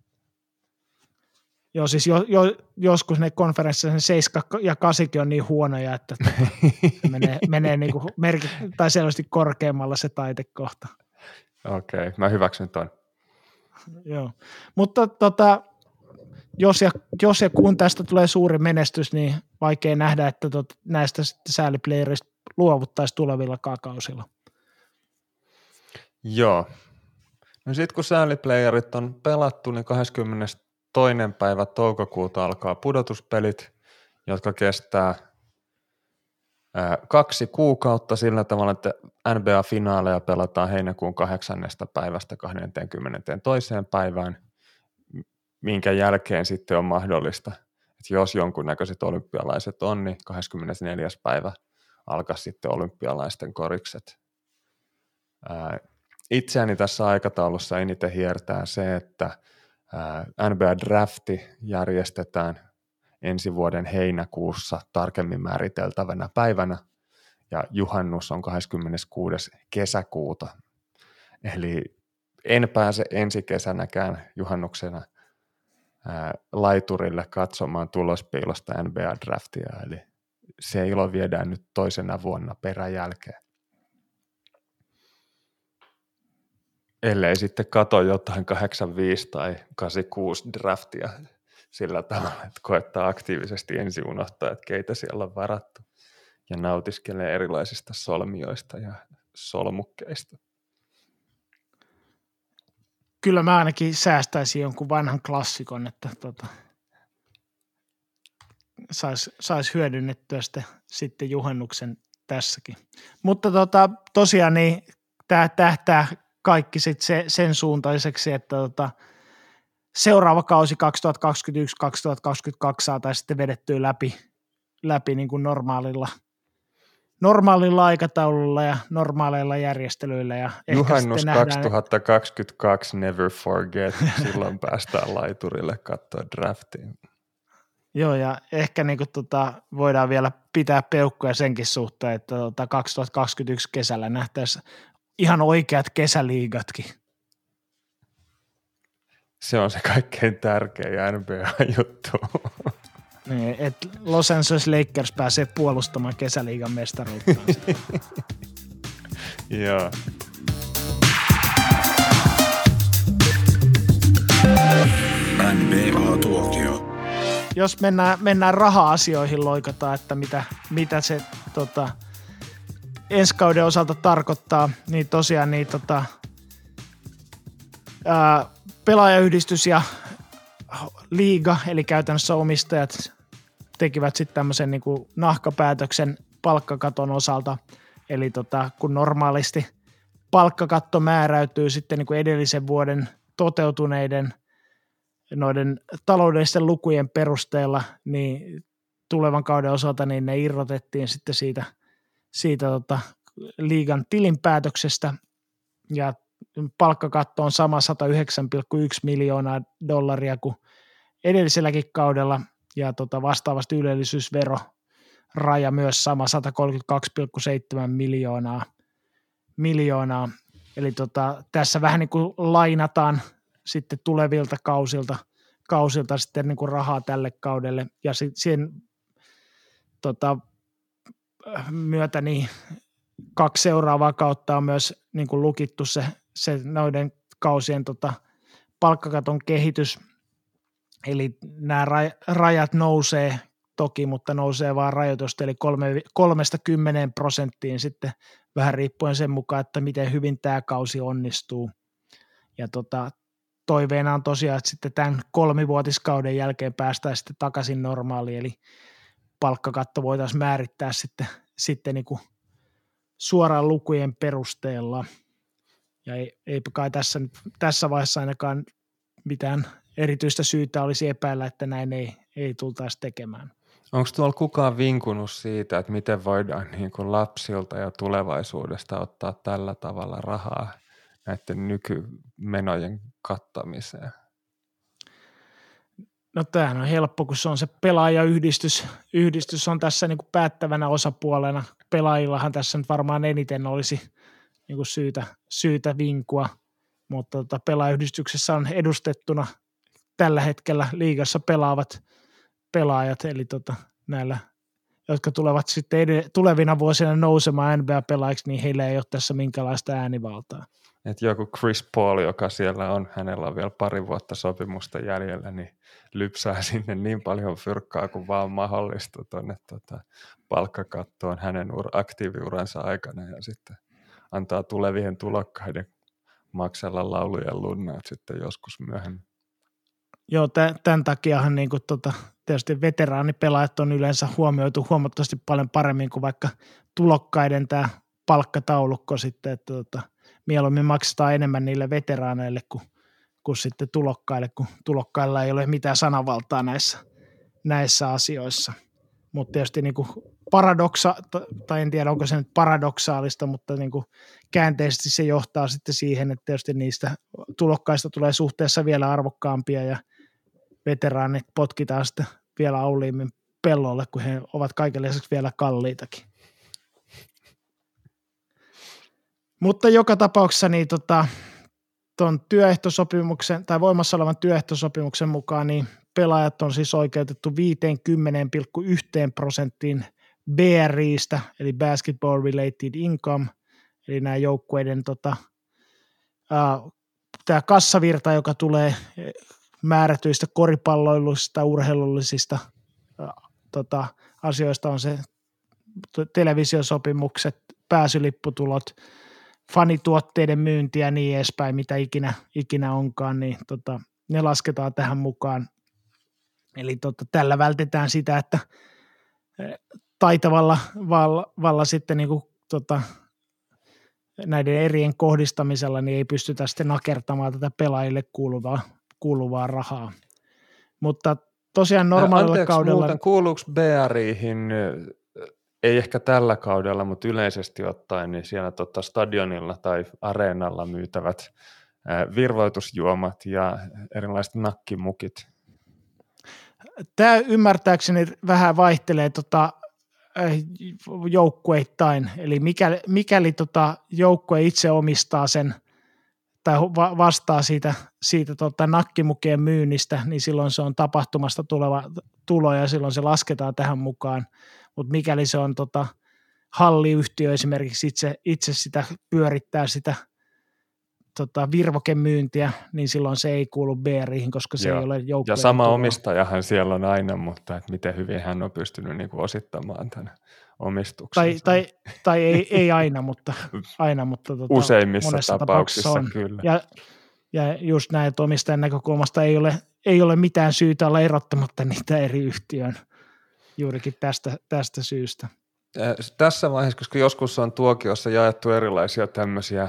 Joo, siis joskus ne konferenssissa 7 ja 8 on niin huonoja, että menee niin kuin tai selvästi korkeammalla se taitekohta. Okei, mä hyväksyn ton. Joo, mutta jos ja kun tästä tulee suuri menestys, niin vaikea nähdä, että näistä sitten sääliplayerista luovuttaisiin tulevilla kausilla. Joo. No sitten kun sääliplayerit on pelattu, niin 22. päivä toukokuuta alkaa pudotuspelit, jotka kestää 2 kuukautta sillä tavalla, että NBA-finaaleja pelataan heinäkuun 8. päivästä 22. päivään, minkä jälkeen sitten on mahdollista, että jos jonkunnäköiset olympialaiset on, niin 24. päivä alkaa sitten olympialaisten korikset. Itseäni tässä aikataulussa eniten hiertää se, että NBA-drafti järjestetään ensi vuoden heinäkuussa tarkemmin määriteltävänä päivänä, ja juhannus on 26. kesäkuuta. Eli en pääse ensi kesänäkään juhannuksena laiturille katsomaan tulospiilosta NBA-draftia, eli se ilo viedään nyt toisena vuonna peräjälkeen. Ellei sitten kato jotain 85 tai 86 draftia sillä tavalla, että koettaa aktiivisesti ensin unohtaa, että keitä siellä on varattu ja nautiskelee erilaisista solmioista ja solmukkeista. Kyllä mä ainakin säästäisin jonkun vanhan klassikon, että sais hyödynnettyä sitten juhannuksen tässäkin. Mutta tosiaan niin tämä tähtää kaikki sitten sen suuntaiseksi, että seuraava kausi 2021-2022 saataisiin sitten vedettyä läpi niin kuin normaalilla aikataululla ja normaaleilla järjestelyillä. Ja juhannus 2022, never forget, silloin päästään laiturille katsoa draftiin. Joo, ja ehkä niin kuin voidaan vielä pitää peukkoja senkin suhteen, että 2021 kesällä nähtäisiin ihan oikeat kesäliigatkin. Se on se kaikkein tärkein NBA-juttu. Niin, että Los Angeles Lakers pääsee puolustamaan kesäliigan mestaruuttaan. Joo. NBA-tuokio. Jos mennään raha-asioihin loikataan, että mitä se ensi kauden osalta tarkoittaa, niin tosiaan pelaajayhdistys ja liiga, eli käytännössä omistajat tekivät sitten tämmöisen niin kuin nahkapäätöksen palkkakaton osalta, eli kun normaalisti palkkakatto määräytyy sitten niin kuin edellisen vuoden toteutuneiden noiden taloudellisten lukujen perusteella, niin tulevan kauden osalta, niin ne irrotettiin sitten siitä liigan tilinpäätöksestä, ja palkkakatto on sama $109,1 miljoonaa kuin edelliselläkin kaudella, ja vastaavasti ylellisyysvero raja myös sama $132,7 miljoonaa. Eli tässä vähän niin kuin lainataan sitten tulevilta kausilta sitten niin kuin rahaa tälle kaudelle, ja sen myötä niin 2 seuraavaa kautta on myös niin kuin lukittu se noiden kausien palkkakaton kehitys, eli nämä rajat nousee toki, mutta nousee vaan rajoitusta, eli 3-10% sitten vähän riippuen sen mukaan, että miten hyvin tämä kausi onnistuu. Ja toiveena on tosiaan, että sitten tämän 3-vuotiskauden jälkeen päästään sitten takaisin normaaliin, eli palkkakatto voitaisiin määrittää sitten niin kuin suoraan lukujen perusteella. Ja eipä kai tässä vaiheessa ainakaan mitään erityistä syytä olisi epäillä, että näin ei tultaisi tekemään. Onko tuolla kukaan vinkunut siitä, että miten voidaan niin kuin lapsilta ja tulevaisuudesta ottaa tällä tavalla rahaa näiden nykymenojen kattamiseen? No tämähän on helppo, kun se on se pelaajayhdistys. Yhdistys on tässä niin kuin päättävänä osapuolena. Pelaajillahan tässä nyt varmaan eniten olisi niin kuin syytä vinkua, mutta pelaajayhdistyksessä on edustettuna tällä hetkellä liigassa pelaavat pelaajat, eli näillä, jotka tulevat sitten tulevina vuosina nousemaan NBA-pelaajiksi, niin heillä ei ole tässä minkälaista äänivaltaa. Että joku Chris Paul, joka siellä on, hänellä on vielä 2 vuotta sopimusta jäljellä, niin lypsää sinne niin paljon fyrkkaa kuin vaan mahdollista tuonne palkkakattoon hänen aktiiviuransa aikana, ja sitten antaa tulevien tulokkaiden maksella laulujen lunnaat sitten joskus myöhemmin. Joo, tämän takiahan niin kuin tietysti veteraanipelaajat on yleensä huomioitu huomattavasti paljon paremmin kuin vaikka tulokkaiden tämä palkkataulukko sitten, että mieluummin maksetaan enemmän niille veteraaneille kuin sitten tulokkaille, kun tulokkailla ei ole mitään sananvaltaa näissä asioissa. Mutta tietysti niin kuin tai en tiedä onko se nyt paradoksaalista, mutta niin kuin käänteisesti se johtaa sitten siihen, että tietysti niistä tulokkaista tulee suhteessa vielä arvokkaampia ja veteraanit potkitaan sitten vielä auliimmin pellolle, kun he ovat kaiken lisäksi vielä kalliitakin. Mutta joka tapauksessa niin tuon työehtosopimuksen tai voimassa olevan työehtosopimuksen mukaan niin pelaajat on siis oikeutettu 50,1% BRIstä, eli Basketball Related Income, eli nämä joukkueiden tämä kassavirta, joka tulee määrätyistä koripalloiluista, urheilullisista asioista, on se televisiosopimukset, pääsylipputulot, fanituotteiden myynti ja niin edespäin, mitä ikinä onkaan, niin ne lasketaan tähän mukaan. Eli tällä vältetään sitä, että taitavalla sitten niin kuin, näiden erien kohdistamisella niin ei pystytä sitten nakertamaan tätä pelaajille kuuluvaa rahaa. Mutta tosiaan normaalilla kaudella... Muuten kuuluuko BRihin, ei ehkä tällä kaudella, mutta yleisesti ottaen, niin siellä stadionilla tai areenalla myytävät virvoitusjuomat ja erilaiset nakkimukit? Tämä ymmärtääkseni vähän vaihtelee joukkueittain, eli mikäli joukkue itse omistaa sen tai vastaa siitä nakkimukien myynnistä, niin silloin se on tapahtumasta tuleva tulo ja silloin se lasketaan tähän mukaan, mutta mikäli se on halliyhtiö esimerkiksi itse sitä pyörittää sitä virvokemyyntiä, niin silloin se ei kuulu BRihin, koska se ei ole joukkueen. Ja sama omistajahan siellä on aina, mutta että miten hyvin hän on pystynyt niin kuin osittamaan tämän omistuksen. Tai ei aina, mutta useimmissa tapauksissa on. Kyllä. Ja just näin, että omistajan näkökulmasta ei ole mitään syytä olla erottamatta niitä eri yhtiöön juurikin tästä syystä. Tässä vaiheessa, koska joskus on tuokiossa jaettu erilaisia tämmöisiä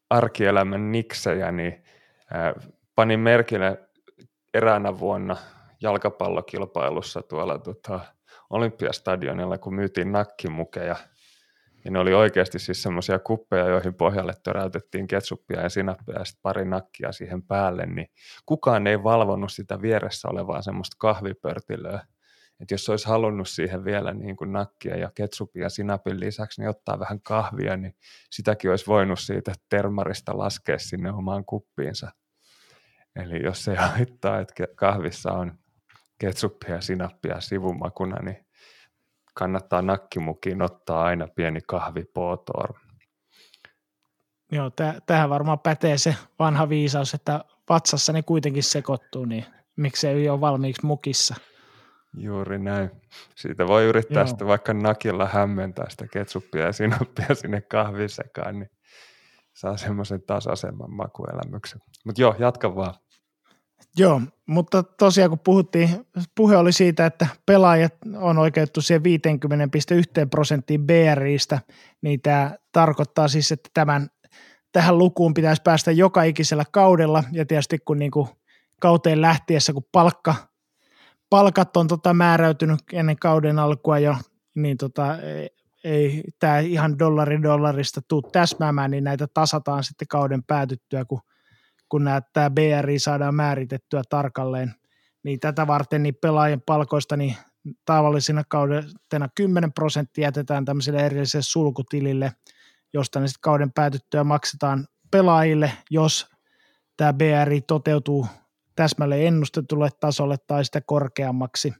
arkielämän niksejä, niin panin merkille eräänä vuonna jalkapallokilpailussa tuolla Olympiastadionilla, kun myytiin nakkimukeja. Ja ne oli oikeasti siis semmoisia kuppeja, joihin pohjalle töräytettiin ketsuppia ja sinappia ja sitten pari nakkia siihen päälle, niin kukaan ei valvonut sitä vieressä olevaa semmoista kahvipörtilöä. Että jos olisi halunnut siihen vielä niin kuin nakkia ja ketsupia ja sinapin lisäksi, niin ottaa vähän kahvia, niin sitäkin olisi voinut siitä termarista laskea sinne omaan kuppiinsa. Eli jos ei haittaa, että kahvissa on ketsuppia ja sinappia sivumakuna, niin kannattaa nakkimukiin ottaa aina pieni kahvipootor. Joo, tähän varmaan pätee se vanha viisaus, että vatsassa ne kuitenkin sekoittuu, niin miksei ole valmiiksi mukissa. Juuri näin. Siitä voi yrittää sitä vaikka nakilla hämmentää sitä ketsuppia ja sinappia sinne kahvin sekaan, niin saa semmoisen tasaisemman makuelämyksen. Mutta joo, jatka vaan. Joo, mutta tosiaan kun puhe oli siitä, että pelaajat on oikeutettu siihen 50,1% BRIstä, niin tämä tarkoittaa siis, että tähän lukuun pitäisi päästä joka ikisellä kaudella, ja tietysti kun niinku kauteen lähtiessä, kun palkat on määräytynyt ennen kauden alkua jo, niin ei tämä ihan dollarista tule täsmäämään, niin näitä tasataan sitten kauden päätyttyä, kun tämä BRI saadaan määritettyä tarkalleen, niin tätä varten niin pelaajien palkoista niin tavallisina kaudena 10% jätetään tämmöiselle erilliselle sulkutilille, josta ne sitten kauden päätyttyä maksetaan pelaajille, jos tämä BRI toteutuu täsmälleen ennustetulle tasolle tai sitä korkeammaksi.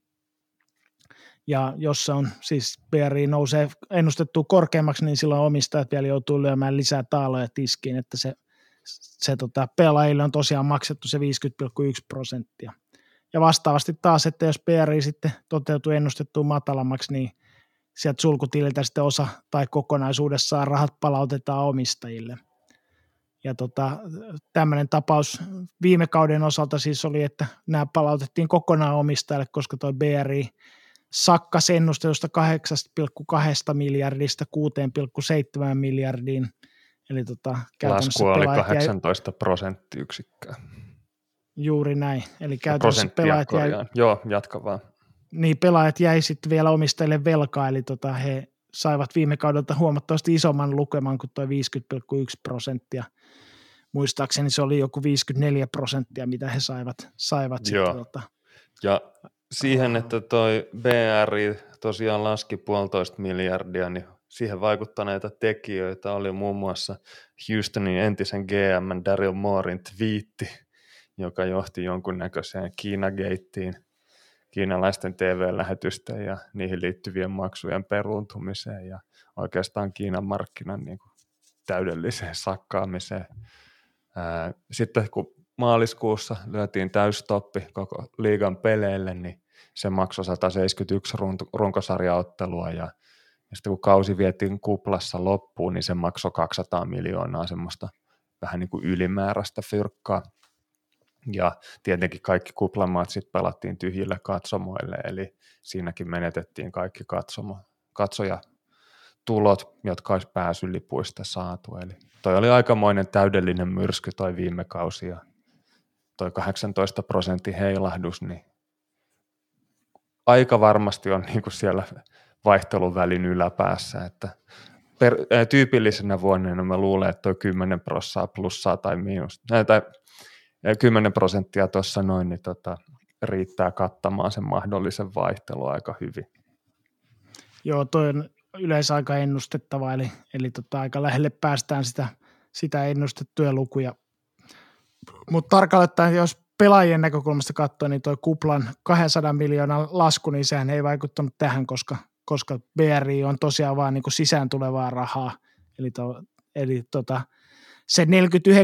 Ja jos se on, siis BRI nousee ennustettua korkeammaksi, niin silloin omistajat vielä joutuu lyömään lisää taaloja tiskiin, että se pelaajille on tosiaan maksettu se 50,1%. Ja vastaavasti taas, että jos BRI sitten toteutuu ennustettua matalammaksi, niin sieltä sulkutililtä sitten osa tai kokonaisuudessaan rahat palautetaan omistajille. Ja tämmöinen tapaus viime kauden osalta siis oli, että nämä palautettiin kokonaan omistajille, koska tuo BRI sakkasi ennustetusta 8,2 miljardista 6,7 miljardiin. Eli lasku oli 18 prosenttiyksikköä. Juuri näin. Eli käytännössä pelaajat Joo, jatka vaan. Niin, pelaajat jäi sitten vielä omistajille velkaa, eli he saivat viime kaudelta huomattavasti isomman lukeman kuin tuo 50,1%. Muistaakseni se oli joku 54%, mitä he saivat sitten. Ja siihen, että toi BRI tosiaan laski 1,5 miljardia, niin siihen vaikuttaneita tekijöitä oli muun muassa Houstonin entisen GM Daryl Morin twiitti, joka johti jonkunnäköiseen Kiina-gateen, kiinalaisten TV-lähetysten ja niihin liittyvien maksujen peruuntumiseen ja oikeastaan Kiinan markkinan niin kuin täydelliseen sakkaamiseen. Sitten kun maaliskuussa lyötiin täystoppi koko liigan peleille, niin se maksoi 171 runkosarjaottelua ja sitten kun kausi vietiin kuplassa loppuun, niin se maksoi 200 miljoonaa semmoista vähän niin kuin ylimääräistä fyrkkaa. Ja tietenkin kaikki kuplamaatsit pelattiin tyhjille katsomoille, eli siinäkin menetettiin kaikki katsojatulot, jotka olisi pääsylipuista saatu. Eli toi oli aikamoinen täydellinen myrsky toi viime kausi ja toi 18% heilahdus, niin aika varmasti on niin kuin siellä vaihteluvälin yläpäässä, että tyypillisenä vuonna mä luulen, että toi 10% plussaa tai miinusta, tai 10% tuossa noin, niin riittää kattamaan sen mahdollisen vaihtelun aika hyvin. Joo, toi on yleensä aika ennustettava, eli aika lähelle päästään sitä ennustettuja lukuja. Mutta tarkalleen ottaen, jos pelaajien näkökulmasta katsoo, niin tuo kuplan 200 miljoonan lasku, niin sehän ei vaikuttanut tähän, koska BRI on tosiaan vaan niin kuin sisään tulevaa rahaa. Eli se 49,9%,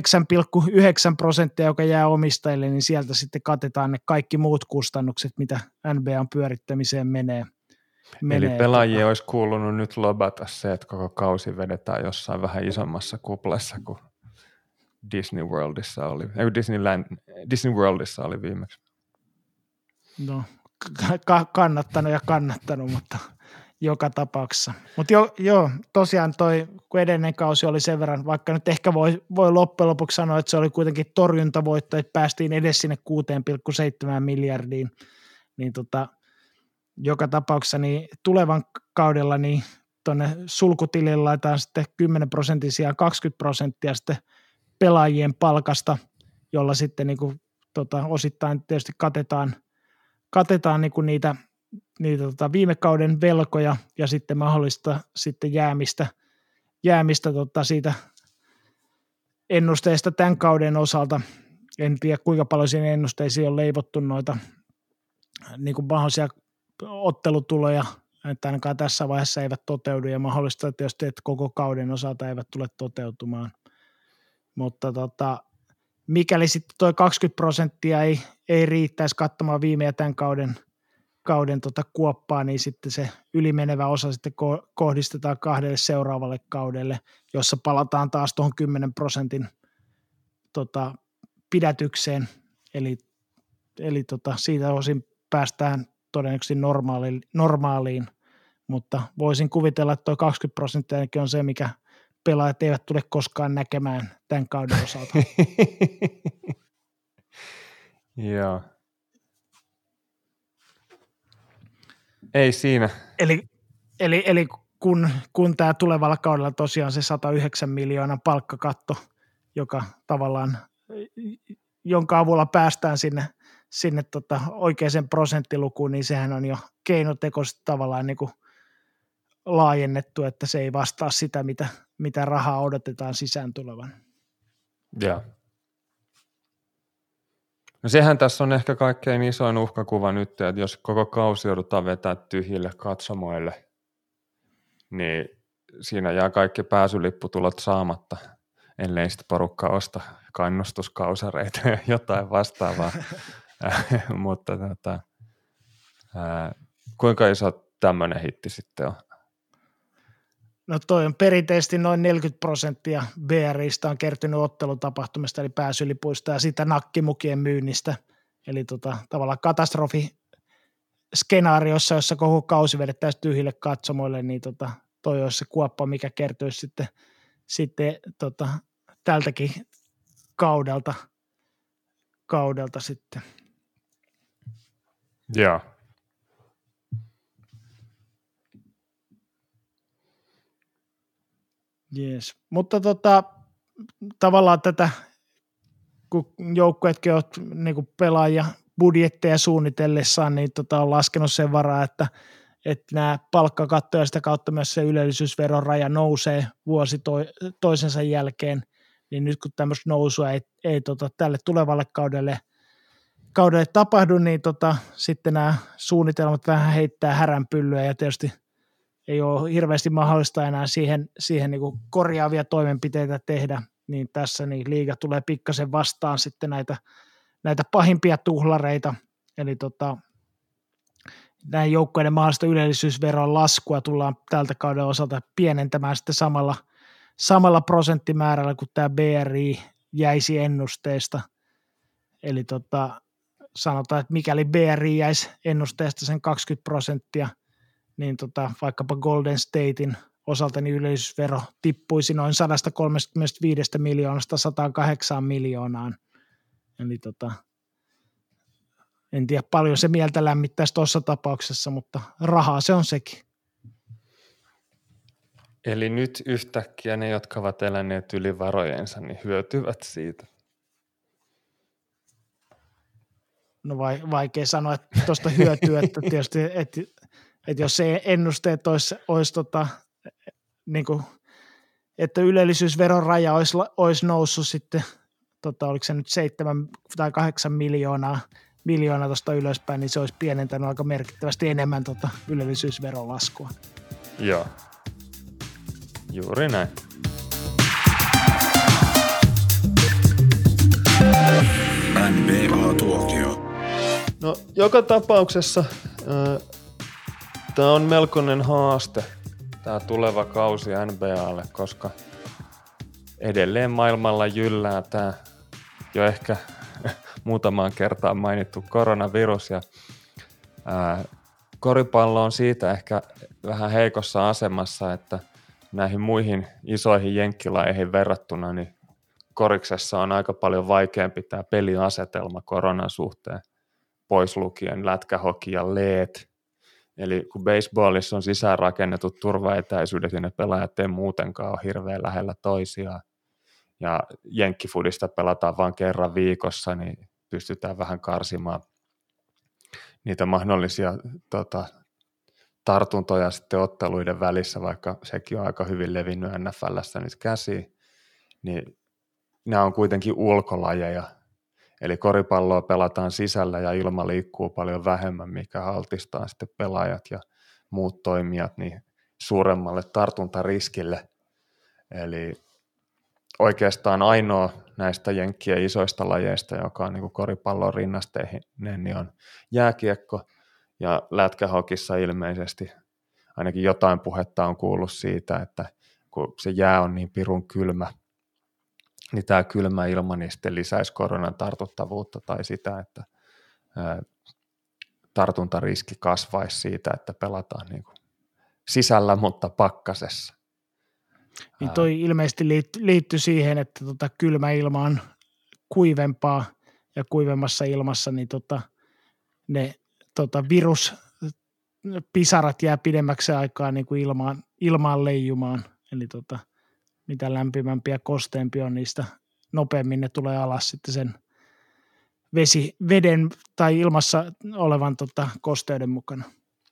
joka jää omistajille, niin sieltä sitten katetaan ne kaikki muut kustannukset, mitä NBA:n pyörittämiseen menee. Eli pelaajien olisi kuulunut nyt lobata se, että koko kausi vedetään jossain vähän isommassa kuplassa kuin Disney Worldissa oli viimeksi. No, kannattanut, mutta joka tapauksessa. Mutta joo, tosiaan kun edellinen kausi oli sen verran, vaikka nyt ehkä voi loppujen lopuksi sanoa, että se oli kuitenkin torjuntavoitto, että päästiin edes sinne 6,7 miljardiin, niin joka tapauksessa niin tulevan kaudella niin tuonne sulkutilille laitetaan sitten 10% sijaan 20% sitten pelaajien palkasta, jolla sitten niin kuin, osittain tietysti katetaan niin kuin niitä viime kauden velkoja ja sitten mahdollista sitten jäämistä siitä ennusteesta tämän kauden osalta. En tiedä, kuinka paljon siinä ennusteisiin on leivottu noita niin kuin mahdollisia ottelutuloja, että ainakaan tässä vaiheessa eivät toteudu ja mahdollista tietysti, että koko kauden osalta eivät tule toteutumaan. Mutta mikäli sitten tuo 20% ei riittäisi kattamaan viime ja tämän kauden kuoppaa, niin sitten se ylimenevä osa sitten kohdistetaan 2 seuraavalle kaudelle, jossa palataan taas tuohon 10% pidätykseen, eli siitä osin päästään todennäköisesti normaaliin, mutta voisin kuvitella, että tuo 20% on se, mikä pelaajat eivät tule koskaan näkemään tämän kauden osalta. Joo. Ei siinä. Eli kun tämä tulevalla kaudella tosiaan se 109 miljoonan palkkakatto, jonka avulla päästään sinne oikeaan prosenttilukuun, niin sehän on jo keinotekoisesti tavallaan niin kuin laajennettu, että se ei vastaa sitä, mitä rahaa odotetaan sisään tulevan. Joo. No sehän tässä on ehkä kaikkein isoin uhkakuva nyt, että jos koko kausi joudutaan vetää tyhjille katsomoille, niin siinä jää kaikki pääsylipputulot saamatta, ellei sitten porukka osta kannustuskausareita ja jotain vastaavaa. Mutta kuinka iso tämmöinen hitti sitten on? No toi on perinteisesti noin 40% BRistä on kertynyt ottelutapahtumista, eli pääsylipuista ja sitä nakkimukien myynnistä. Eli tavallaan katastrofiskenaariossa, jossa koko kausi vedettäisiin tyhjille katsomoille, niin toi olisi se kuoppa, mikä kertyisi sitten tältäkin kaudelta sitten. Joo. Jees. Mutta tavallaan tätä, kun joukkueetkin on niin pelaajia budjetteja suunnitellessaan, niin on laskenut sen varaa, että nämä palkkakatto ja sitä kautta myös se ylellisyysveron raja nousee vuosi toisensa jälkeen, niin nyt kun tämmöistä nousua ei tälle tulevalle kaudelle tapahdu, niin sitten nämä suunnitelmat vähän heittää häränpyllyä ja tietysti ei ole hirveästi mahdollista enää siihen niin kuin korjaavia toimenpiteitä tehdä, niin tässä niin liiga tulee pikkasen vastaan sitten näitä pahimpia tuhlareita, eli näin joukkueiden mahdollista ylellisyysveron laskua tullaan tältä kauden osalta pienentämään sitten samalla prosenttimäärällä, kun tämä BRI jäisi ennusteesta, eli sanotaan, että mikäli BRI jäisi ennusteesta sen 20%, niin vaikkapa Golden Statein osalta niin ylellisyysvero tippuisi noin 135 miljoonasta 108 miljoonaan. Eli en tiedä paljon se mieltä lämmittäisi tuossa tapauksessa, mutta rahaa se on sekin. Eli nyt yhtäkkiä ne, jotka ovat eläneet yli varojensa, niin hyötyvät siitä. No vaikea sanoa, että tuosta hyötyy, että tietysti, että jos se ennusteet olisi niin kuin, että ylellisyysveron raja olisi noussut sitten, oliko se nyt 7 tai 8 miljoonaa tuosta ylöspäin, niin se olisi pienentänyt aika merkittävästi enemmän ylellisyysveron laskua. Joo, juuri näin. NBA-tuokio. No, joka tapauksessa tämä on melkoinen haaste, tämä tuleva kausi NBAlle, koska edelleen maailmalla jyllää tämä jo ehkä muutamaan kertaan mainittu koronavirus ja koripallo on siitä ehkä vähän heikossa asemassa, että näihin muihin isoihin jenkkilajeihin verrattuna, niin koriksessa on aika paljon vaikeampi tämä peliasetelma koronan suhteen, pois lukien lätkähoki ja leet. Eli kun baseballissa on sisäänrakennetut turvaetäisyydet ja ne pelaajat ei muutenkaan ole hirveän lähellä toisiaan, ja jenkkifudista pelataan vain kerran viikossa, niin pystytään vähän karsimaan niitä mahdollisia tartuntoja sitten otteluiden välissä, vaikka sekin on aika hyvin levinnyt NFL:ssä nyt käsiin, niin nämä on kuitenkin ulkolajeja, eli koripalloa pelataan sisällä ja ilma liikkuu paljon vähemmän, mikä altistaa sitten pelaajat ja muut toimijat niin suuremmalle tartuntariskille. Eli oikeastaan ainoa näistä jenkkien isoista lajeista, joka on niin kuin koripallon rinnasteinen, niin on jääkiekko, ja lätkähokissa ilmeisesti ainakin jotain puhetta on kuullut siitä, että kun se jää on niin pirun kylmä, niin tämä kylmä ilma niin sitten lisäisi koronan tartuttavuutta tai sitä, että tartuntariski kasvaisi siitä, että pelataan niin kuin sisällä, mutta pakkasessa. Niin toi ilmeisesti liittyy siihen, että kylmä ilma on kuivempaa ja kuivemmassa ilmassa niin ne viruspisarat jää pidemmäksi aikaa niin kuin ilmaan leijumaan. Eli mitä lämpimämpi ja kosteempi on, niistä nopeammin ne tulee alas sitten sen veden tai ilmassa olevan kosteuden mukana.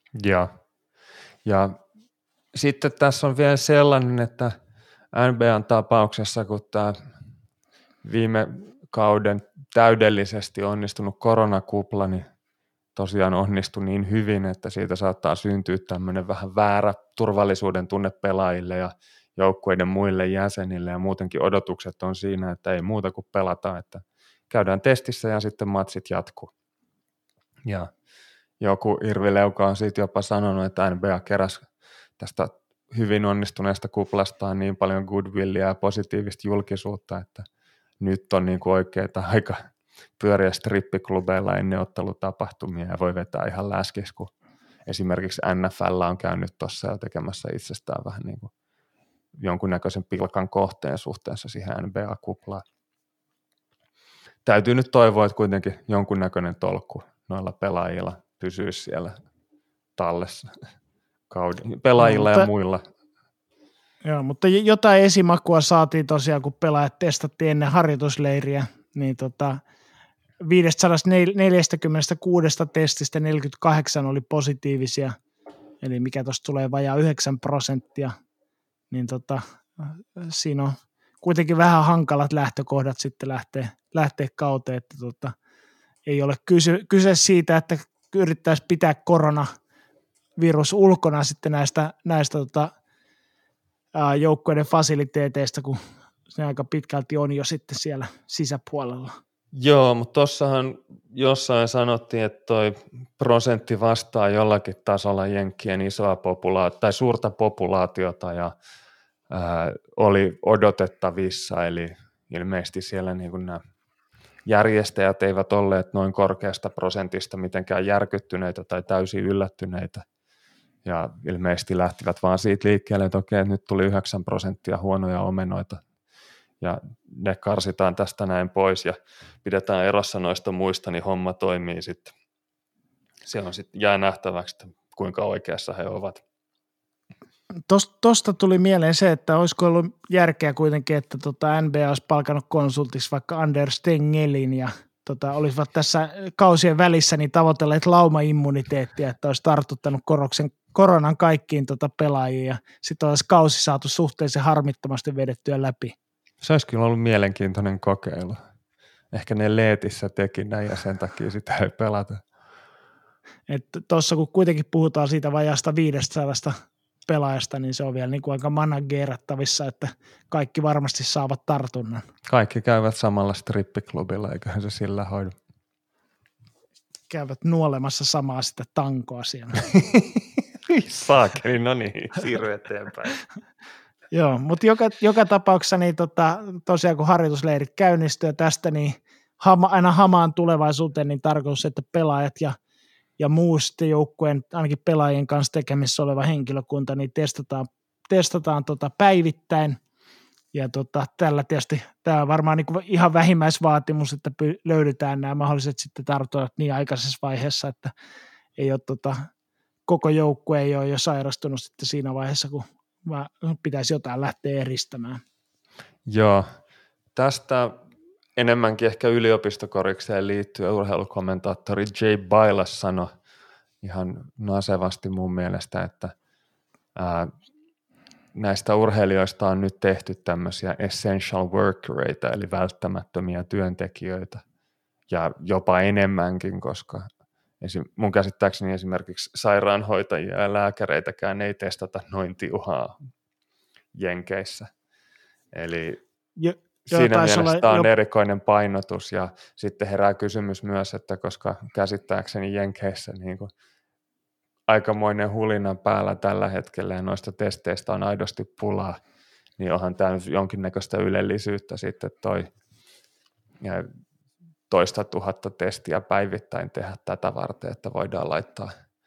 Ja sitten tässä on vielä sellainen, että NBA:n tapauksessa, kun tämä viime kauden täydellisesti onnistunut koronakupla, niin tosiaan onnistui niin hyvin, että siitä saattaa syntyä tämmöinen vähän väärä turvallisuuden tunne pelaajille ja joukkueiden muille jäsenille, ja muutenkin odotukset on siinä, että ei muuta kuin pelataan, että käydään testissä ja sitten matsit jatkuu. Ja joku Irvi Leuka on siitä jopa sanonut, että NBA keräsi tästä hyvin onnistuneesta kuplastaan niin paljon goodwillia ja positiivista julkisuutta, että nyt on niin kuin oikeita aika pyöriä strippiklubeilla ennen ottelutapahtumia ja voi vetää ihan läskiksi, kun esimerkiksi NFL on käynyt tuossa ja tekemässä itsestään vähän niin kuin jonkunnäköisen pilkan kohteen suhteessa siihen NBA-kuplaan. Täytyy nyt toivoa, että kuitenkin jonkunnäköinen tolkku noilla pelaajilla pysyisi siellä tallessa pelaajilla ja muilla. Joo, mutta jotain esimakua saatiin tosiaan, kun pelaajat testattiin ennen harjoitusleiriä, niin 546 testistä 48 oli positiivisia, eli mikä tuosta tulee vajaa 9%, niin siinä on kuitenkin vähän hankalat lähtökohdat sitten lähteä kauteen, että ei ole kyse siitä, että yrittäisi pitää koronavirus ulkona sitten näistä joukkueiden fasiliteeteista, kun se aika pitkälti on jo sitten siellä sisäpuolella. Joo, mutta tuossahan jossain sanottiin, että toi prosentti vastaa jollakin tasolla jenkkien isoa tai suurta populaatiota ja oli odotettavissa, eli ilmeisesti siellä niin kuin nämä järjestäjät eivät olleet noin korkeasta prosentista mitenkään järkyttyneitä tai täysin yllättyneitä. Ja ilmeisesti lähtivät vaan siitä liikkeelle, että okei, nyt tuli 9% huonoja omenoita. Ja ne karsitaan tästä näin pois ja pidetään erossa noista muista, niin homma toimii sitten. Se on sitten jää nähtäväksi, kuinka oikeassa he ovat. Tuosta tuli mieleen se, että olisiko ollut järkeä kuitenkin, että NBA olisi palkannut konsultiksi vaikka Anders Tegnellin ja olisivat tässä kausien välissä niin tavoitelleet laumaimmuniteettia, että olisi tartuttanut koronan kaikkiin pelaajiin ja sitten olisi kausi saatu suhteellisen harmittomasti vedettyä läpi. Se olisi kyllä ollut mielenkiintoinen kokeilu. Ehkä ne Leetissä teki näin ja sen takia sitä ei pelata. Tuossa kun kuitenkin puhutaan siitä vajaasta 500 pelaajasta, niin se on vielä niin kuin aika managerattavissa, että kaikki varmasti saavat tartunnan. Kaikki käyvät samalla strippiklubilla, eiköhän se sillä hoidu. Käyvät nuolemassa samaa sitä tankoa siellä. Saakeli, no niin, siirry eteenpäin. Joo, mutta joka tapauksessa niin tosiaan kun harjoitusleirit käynnistyy tästä, niin aina hamaan tulevaisuuteen, niin tarkoitus, että pelaajat ja ja muu sitten joukkueen ainakin pelaajien kanssa tekemissä oleva henkilökunta, niin testataan päivittäin. Ja tällä tietysti tämä on varmaan niin kuin ihan vähimmäisvaatimus, että löydetään nämä mahdolliset sitten tartunnat niin aikaisessa vaiheessa, että ei ole koko joukkue ei ole jo sairastunut sitten siinä vaiheessa, kun pitäisi jotain lähteä eristämään. Joo, tästä enemmänkin ehkä yliopistokorikseen liittyen urheilukommentaattori Jay Bilas sanoi ihan nasevasti mun mielestä, että näistä urheilijoista on nyt tehty tämmöisiä essential workereita, eli välttämättömiä työntekijöitä, ja jopa enemmänkin, koska mun käsittääkseni esimerkiksi sairaanhoitajia ja lääkäreitäkään ei testata noin tiuhaa Jenkeissä. Eli siinä mielessä tämä on erikoinen painotus, ja sitten herää kysymys myös, että koska käsittääkseni Jenkeissä niin kuin aikamoinen hulina päällä tällä hetkellä ja noista testeistä on aidosti pulaa, niin onhan tämä jonkinnäköistä ylellisyyttä sitten toi toista tuhatta testiä päivittäin tehdä tätä varten, että voidaan laittaa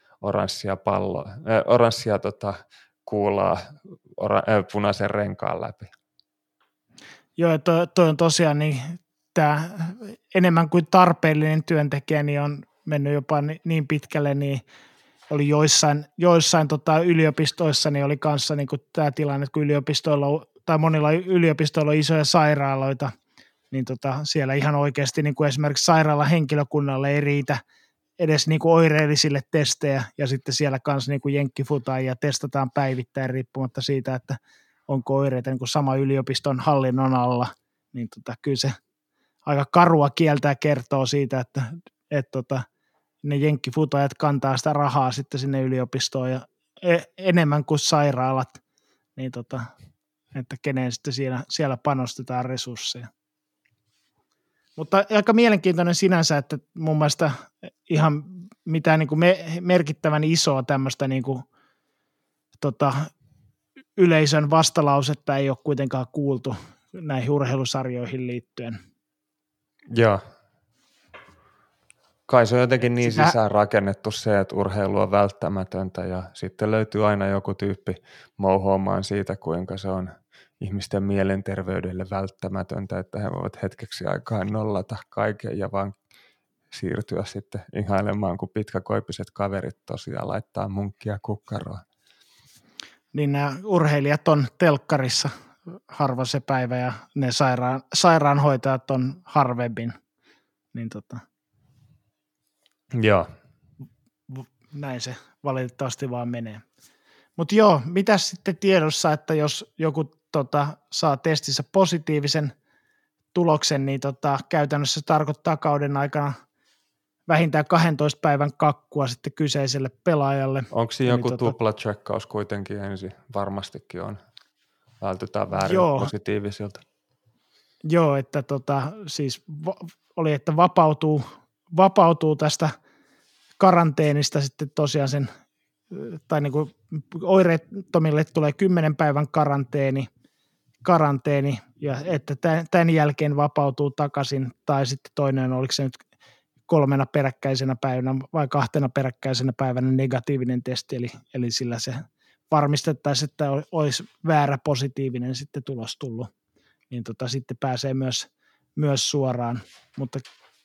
oranssia kuulaa punaisen renkaan läpi. Joo, toi on tosiaan niin, tämä enemmän kuin tarpeellinen työntekijä niin on mennyt jopa niin pitkälle, niin oli joissain yliopistoissa niin oli kanssa niin kuin tämä tilanne, kun yliopistoilla tai monilla yliopistoilla on isoja sairaaloita, niin siellä ihan oikeasti niin kuin esimerkiksi sairaalahenkilökunnalle ei riitä edes niin kuin oireellisille testejä, ja sitten siellä kanssa niin kuin jenkkifutaan ja testataan päivittäin riippumatta siitä, että onko oireita niin kuin sama yliopiston hallinnon alla, niin kyllä se aika karua kieltä kertoo siitä, että ne jenkkifutajat kantaa sitä rahaa sitten sinne yliopistoon ja enemmän kuin sairaalat, niin että kenen sitten siellä panostetaan resursseja. Mutta aika mielenkiintoinen sinänsä, että mun mielestä ihan mitään niin kuin merkittävän isoa tämmöistä niin kuin, yleisön vastalausetta ei ole kuitenkaan kuultu näihin urheilusarjoihin liittyen. Joo. Kai se on jotenkin niin sisään rakennettu se, että urheilu on välttämätöntä, ja sitten löytyy aina joku tyyppi mouhoamaan siitä, kuinka se on ihmisten mielenterveydelle välttämätöntä, että he voivat hetkeksi aikaa nollata kaiken ja vaan siirtyä sitten ihailemaan, kun pitkäkoipiset kaverit tosiaan laittaa munkkia kukkaroon. Niin nämä urheilijat on telkkarissa harva se päivä ja ne sairaanhoitajat on harvemmin. Niin Joo. Näin se valitettavasti vaan menee. Mutta joo, mitäs sitten tiedossa, että jos joku saa testissä positiivisen tuloksen, niin käytännössä se tarkoittaa kauden aikana vähintään 12 päivän kakkua sitten kyseiselle pelaajalle. Onko siinä joku tupla-tsekkaus kuitenkin ensin? Varmastikin on. Vältytään väärin positiivisilta. Joo, että siis oli, että vapautuu tästä karanteenista sitten tosiaan tai niin kuin oireettomille tulee 10 päivän karanteeni ja että tämän jälkeen vapautuu takaisin, tai sitten toinen, oliko se nyt 3 peräkkäisenä päivänä vai 2 peräkkäisenä päivänä negatiivinen testi, eli sillä se varmistettaisiin, että olisi väärä positiivinen sitten tulos tullut, niin sitten pääsee myös suoraan, mutta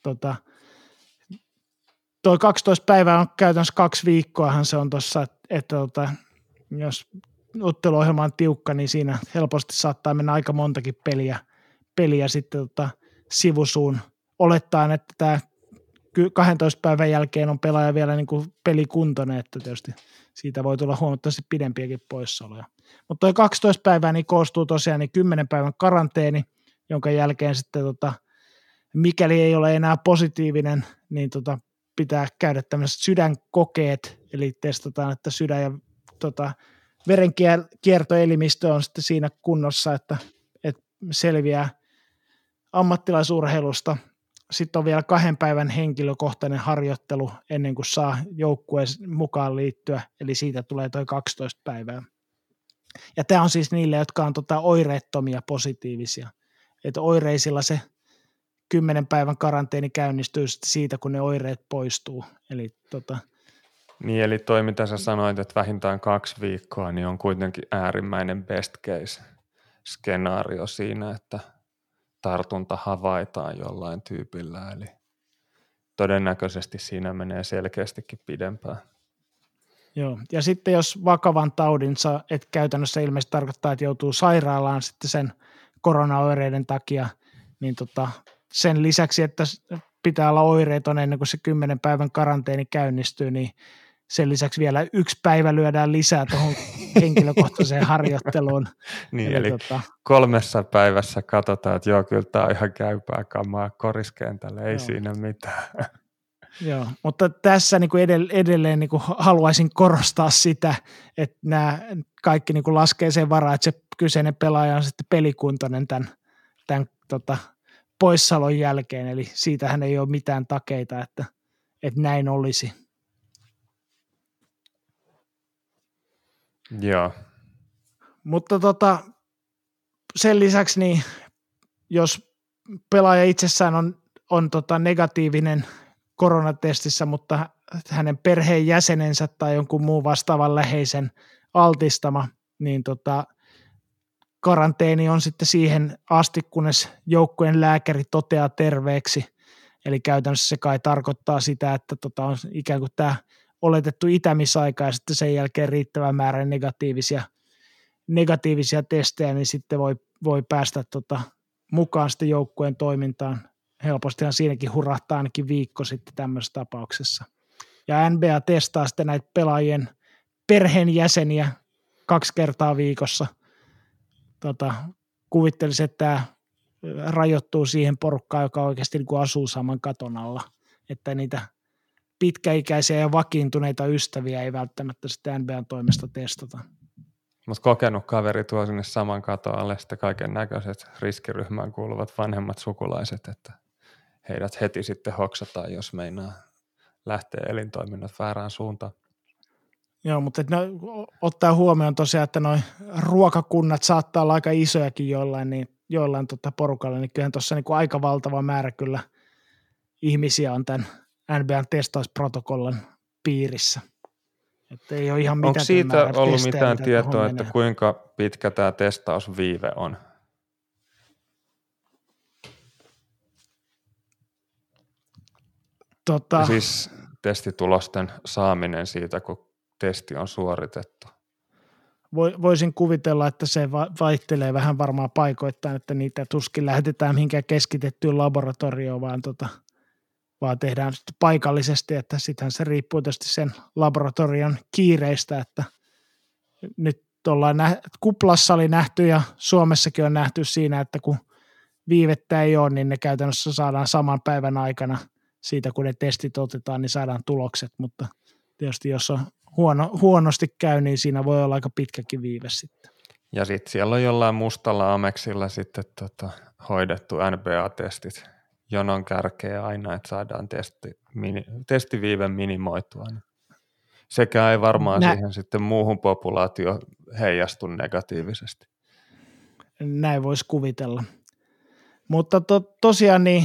toi 12 päivää on käytännössä 2 viikkoahan se on tuossa, että jos otteluohjelma on tiukka, niin siinä helposti saattaa mennä aika montakin peliä sitten sivusuun. Olettaen, että tämä 12 päivän jälkeen on pelaaja vielä niin kuin pelikuntoinen, että tietysti siitä voi tulla huomattavasti pidempiäkin poissaoloja. Mutta tuo 12 päivää niin koostuu tosiaan 10 päivän karanteeni, jonka jälkeen sitten mikäli ei ole enää positiivinen, niin pitää käydä tämmöiset sydänkokeet, eli testataan, että sydän ja verenkiertoelimistö on sitten siinä kunnossa, että selviää ammattilaisurheilusta. Sitten on vielä 2 päivän henkilökohtainen harjoittelu ennen kuin saa joukkueen mukaan liittyä, eli siitä tulee toi 12 päivää. Ja tämä on siis niille, jotka on oireettomia positiivisia. Että oireisilla se 10 päivän karanteeni käynnistyy siitä, kun ne oireet poistuu. Eli Niin, eli toi mitä sä sanoit, että vähintään 2 viikkoa, niin on kuitenkin äärimmäinen best case skenaario siinä, että tartunta havaitaan jollain tyypillä, eli todennäköisesti siinä menee selkeästikin pidempään. Joo, ja sitten jos vakavan taudin saa, että käytännössä ilmeisesti tarkoittaa, että joutuu sairaalaan sitten sen koronaoireiden takia, niin sen lisäksi, että pitää olla oireeton ennen kuin se 10 päivän karanteeni käynnistyy, niin sen lisäksi vielä 1 päivä lyödään lisää tuohon henkilökohtaiseen harjoitteluun. Niin, eli 3 päivässä katsotaan, että joo, kyllä tämä on ihan käypää kamaa koriskentälle, ei siinä mitään. Joo, mutta tässä niin kuin edelleen niin kuin haluaisin korostaa sitä, että nämä kaikki niin kuin laskee sen varaan, että se kyseinen pelaaja on sitten pelikuntoinen tämän poissaolon jälkeen, eli siitähän ei ole mitään takeita, että näin olisi. Joo. Mutta sen lisäksi, niin jos pelaaja itsessään on negatiivinen koronatestissä, mutta hänen perheenjäsenensä tai jonkun muun vastaavan läheisen altistama, niin karanteeni on sitten siihen asti, kunnes joukkueen lääkäri toteaa terveeksi. Eli käytännössä se kai tarkoittaa sitä, että on ikään kuin tämä oletettu itämisaika ja sitten sen jälkeen riittävä määrä negatiivisia testejä, niin sitten voi päästä mukaan sitten joukkueen toimintaan. Helpostihan siinäkin hurahtaa ainakin viikko sitten tämmöisessä tapauksessa. Ja NBA testaa sitten näitä pelaajien perheenjäseniä 2 kertaa viikossa. Kuvittelisin, että tämä rajoittuu siihen porukkaan, joka oikeasti niin kuin asuu saman katon alla. Että niitä pitkäikäisiä ja vakiintuneita ystäviä ei välttämättä sitten NBAn toimesta testata. Mutta kokenut kaveri tuo sinne saman katon alle sitten kaiken näköiset riskiryhmään kuuluvat vanhemmat sukulaiset, että heidät heti sitten hoksataan, jos meinaa lähteä elintoiminnat väärään suuntaan. Joo, mutta ottaa huomioon tosiaan, että noi ruokakunnat saattaa olla aika isojakin jollain porukalla, niin kyllähän tuossa niinku aika valtava määrä kyllä ihmisiä on tämän NBAn testausprotokollan piirissä. Että ei ole ihan mitään. Onko siitä ollut mitään tietoa, että kuinka pitkä tämä testausviive on? Siis testitulosten saaminen siitä, kun testi on suoritettu. Voisin kuvitella, että se vaihtelee vähän varmaan paikoittain, että niitä tuskin lähetetään mihinkään keskitettyyn laboratorioon, vaan tehdään sitten paikallisesti, että sittenhän se riippuu tietysti sen laboratorion kiireistä, että nyt ollaan kuplassa oli nähty ja Suomessakin on nähty siinä, että kun viivettä ei ole, niin ne käytännössä saadaan saman päivän aikana siitä, kun ne testit otetaan, niin saadaan tulokset, mutta tietysti jos on huonosti käy, niin siinä voi olla aika pitkäkin viive sitten. Ja sitten siellä on jollain mustalla Amexilla sitten hoidettu NBA-testit jonon kärkeä aina, että saadaan testiviive minimoitua. Sekä ei varmaan siihen sitten muuhun populaatioon heijastu negatiivisesti. Näin voisi kuvitella. Mutta tosiaan niin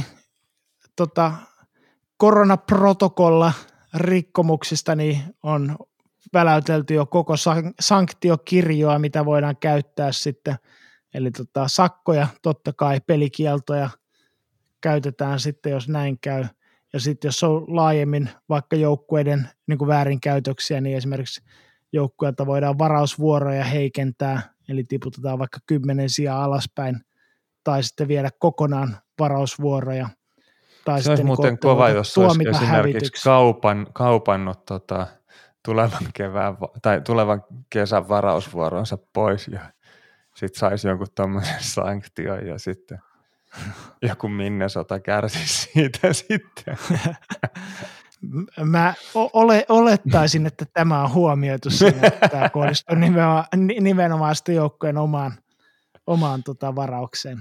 koronaprotokolla rikkomuksista niin on väläytelty jo koko sanktiokirjoa, mitä voidaan käyttää sitten. Eli sakkoja, totta kai pelikieltoja käytetään sitten, jos näin käy. Ja sitten jos on laajemmin vaikka joukkueiden niin kuin väärinkäytöksiä, niin esimerkiksi joukkueelta voidaan varausvuoroja heikentää, eli tiputetaan vaikka 10 sijaa alaspäin, tai sitten viedä kokonaan varausvuoroja. Tai se olisi muuten kova, jos olisi esimerkiksi kaupannut tulevan kesän varausvuoronsa pois ja sitten saisi jonkun tommoisen sanktion ja sitten joku Minnesota kärsisi siitä sitten. Mä olettaisin, että tämä on huomioitu siinä, että tämä kohdistuu nimenomaan sitten joukkojen omaan varaukseen.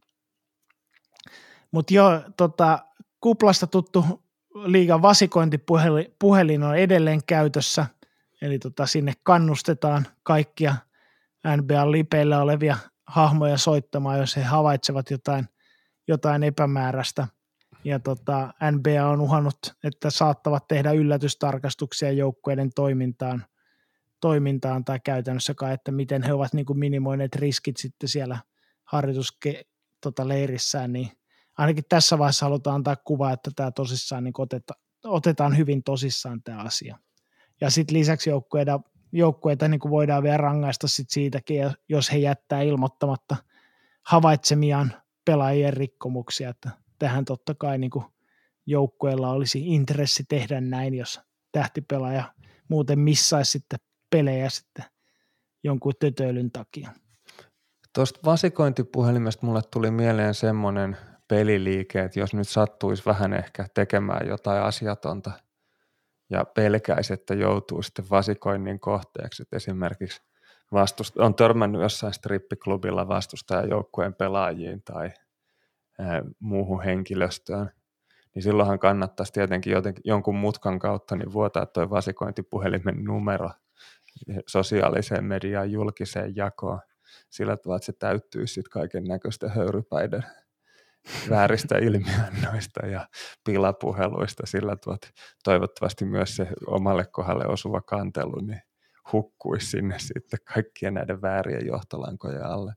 Mutta joo, kuplasta tuttu liigan vasikointipuhelin on edelleen käytössä, eli sinne kannustetaan kaikkia NBA-lipeillä olevia hahmoja soittamaan, jos he havaitsevat jotain epämääräistä. Ja NBA on uhannut, että saattavat tehdä yllätystarkastuksia joukkueiden toimintaan tai käytännössä kai, että miten he ovat niin kuin minimoineet riskit sitten siellä harjoitusleirissään, niin ainakin tässä vaiheessa halutaan antaa kuva, että tämä tosissaan niin otetaan hyvin tosissaan tämä asia. Ja sitten lisäksi joukkueita niin kuin voidaan vielä rangaista sit siitäkin, jos he jättää ilmoittamatta havaitsemiaan pelaajien rikkomuksia, että tähän totta kai niin kuin joukkueella olisi intressi tehdä näin, jos tähtipelaaja muuten missaisi sitten pelejä sitten jonkun tötöilyn takia. Tuosta vasikointipuhelimesta mulle tuli mieleen semmoinen peliliike, että jos nyt sattuisi vähän ehkä tekemään jotain asiatonta ja pelkäisi, että joutuu sitten vasikoinnin kohteeksi, että esimerkiksi on törmännyt jossain strippiklubilla vastustajajoukkueen pelaajiin tai muuhun henkilöstöön, niin silloinhan kannattaisi tietenkin jonkun mutkan kautta niin vuotaa tuo vasikointipuhelimen numero sosiaaliseen mediaan julkiseen jakoon sillä tavalla, että se täyttyy sitten kaiken näköistä höyrypäiden vääristä ilmiannoista ja pilapuheluista sillä tavalla, että toivottavasti myös se omalle kohdalle osuva kantelu niin hukkuisi sinne sitten kaikkien näiden väärien johtolankojen alle.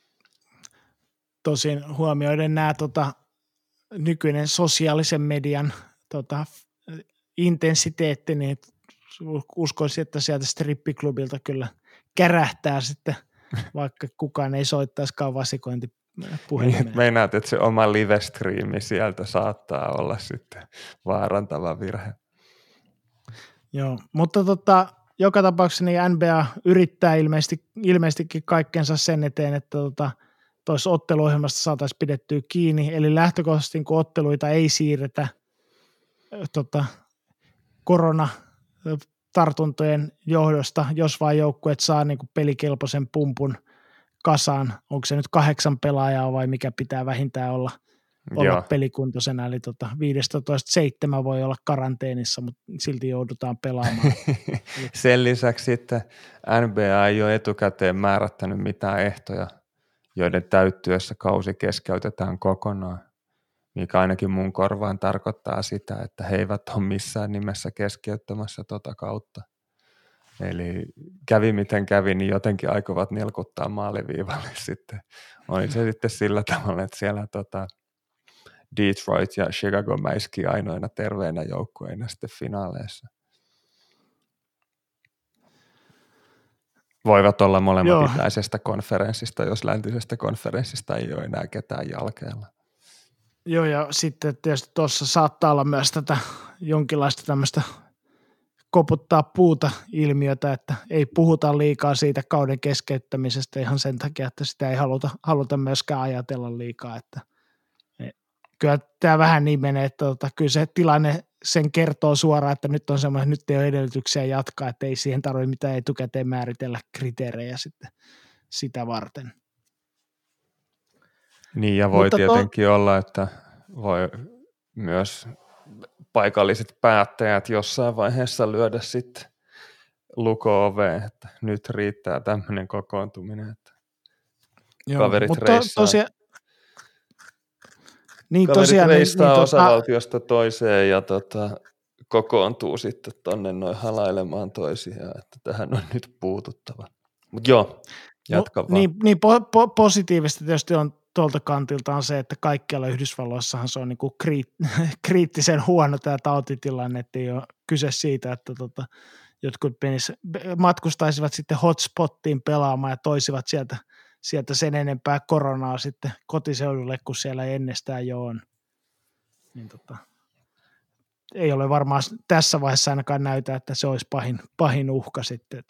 Tosin huomioiden nämä nykyinen sosiaalisen median intensiteetti, niin uskoisin, että sieltä strippiklubilta kyllä kärähtää sitten, vaikka kukaan ei soittaisikaan vasikointipuhelimeen. Meinaat, että se oma live-striimi sieltä saattaa olla sitten vaarantava virhe. Joo, mutta joka tapauksessa niin NBA yrittää ilmeisestikin kaikkensa sen eteen, että tuossa otteluohjelmasta saataisiin pidettyä kiinni, eli lähtökohtaisesti kun otteluita ei siirretä koronatartuntojen johdosta, jos vaan joukkueet saa niin kuin pelikelpoisen pumpun kasaan, onko se nyt 8 pelaajaa vai mikä pitää vähintään olla pelikuntoisena, eli 15-7 voi olla karanteenissa, mutta silti joudutaan pelaamaan. Sen lisäksi sitten NBA ei ole etukäteen määrättänyt mitään ehtoja, joiden täyttyessä kausi keskeytetään kokonaan, mikä ainakin mun korvaan tarkoittaa sitä, että he eivät ole missään nimessä keskeyttämässä kautta. Eli kävi miten kävi, niin jotenkin aikovat nilkuttaa maaliviivalle sitten. Oli se sitten sillä tavalla, että siellä Detroit ja Chicago mäiski ainoina terveinä joukkueina sitten finaaleissa. Voivat olla molemmat itäisestä konferenssista, jos läntisestä konferenssista ei ole enää ketään jalkeella. Joo, ja sitten tietysti tuossa saattaa olla myös tätä jonkinlaista tämmöistä koputtaa puuta ilmiötä, että ei puhuta liikaa siitä kauden keskeyttämisestä ihan sen takia, että sitä ei haluta myöskään ajatella liikaa, että kyllä tämä vähän niin menee, että kyllä se tilanne sen kertoo suoraan, että nyt on semmoinen, nyt ei ole edellytyksiä jatkaa, että ei siihen tarvitse mitään etukäteen määritellä kriteerejä sitten sitä varten. Niin ja voi tietenkin olla, että voi myös paikalliset päättäjät jossain vaiheessa lyödä sitten luko-oveen, että nyt riittää tämmöinen kokoontuminen, että kaverit reissaa. Kaverit reistaa osavaltiosta toiseen ja kokoontuu sitten tonne noin halailemaan toisiaan, että tähän on nyt puututtava. Mutta joo, jatka vaan. Niin positiivista tietysti on tuolta kantilta on se, että kaikkialla Yhdysvalloissahan se on niinku kriittisen huono tämä tautitilanne, että ei ole kyse siitä, että jotkut matkustaisivat sitten hotspottiin pelaamaan ja toisivat sieltä sen enempää koronaa sitten kotiseudulle, kun siellä ennestään jo on. Niin ei ole varmaan tässä vaiheessa ainakaan näytä, että se olisi pahin uhka sitten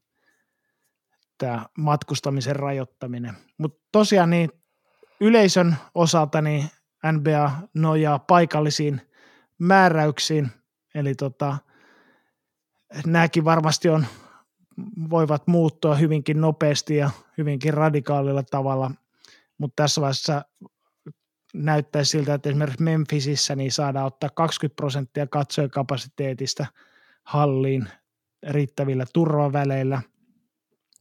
tämä matkustamisen rajoittaminen. Mutta tosiaan niin yleisön osalta niin NBA nojaa paikallisiin määräyksiin, eli nämäkin varmasti voivat muuttua hyvinkin nopeasti ja hyvinkin radikaalilla tavalla, mutta tässä vaiheessa näyttäisi siltä, että esimerkiksi Memphisissä niin saadaan ottaa 20% katsojakapasiteetista halliin riittävillä turvaväleillä.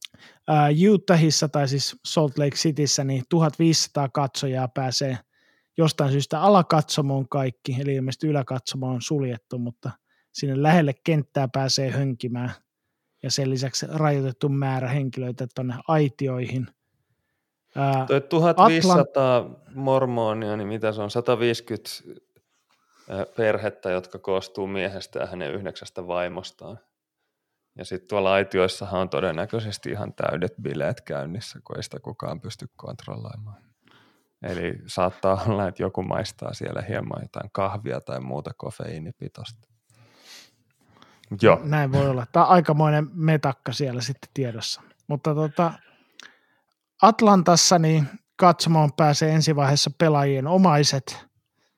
Utahissa tai siis Salt Lake Cityssä niin 1500 katsojaa pääsee jostain syystä alakatsomo on kaikki, eli ilmeisesti yläkatsomo on suljettu, mutta sinne lähelle kenttää pääsee hönkimään ja sen lisäksi rajoitettu määrä henkilöitä tuonne aitioihin. Toi 1500 mormonia, niin mitä se on, 150 perhettä, jotka koostuu miehestä ja hänen 9 vaimostaan. Ja sitten tuolla aitioissahan on todennäköisesti ihan täydet bileet käynnissä, kun ei sitä kukaan pysty kontrolloimaan. Eli saattaa olla, että joku maistaa siellä hieman jotain kahvia tai muuta kofeiinipitoista. Joo. Näin voi olla. Tämä on aikamoinen metakka siellä sitten tiedossa. Mutta Atlantassa niin katsomaan pääsee ensivaiheessa pelaajien omaiset.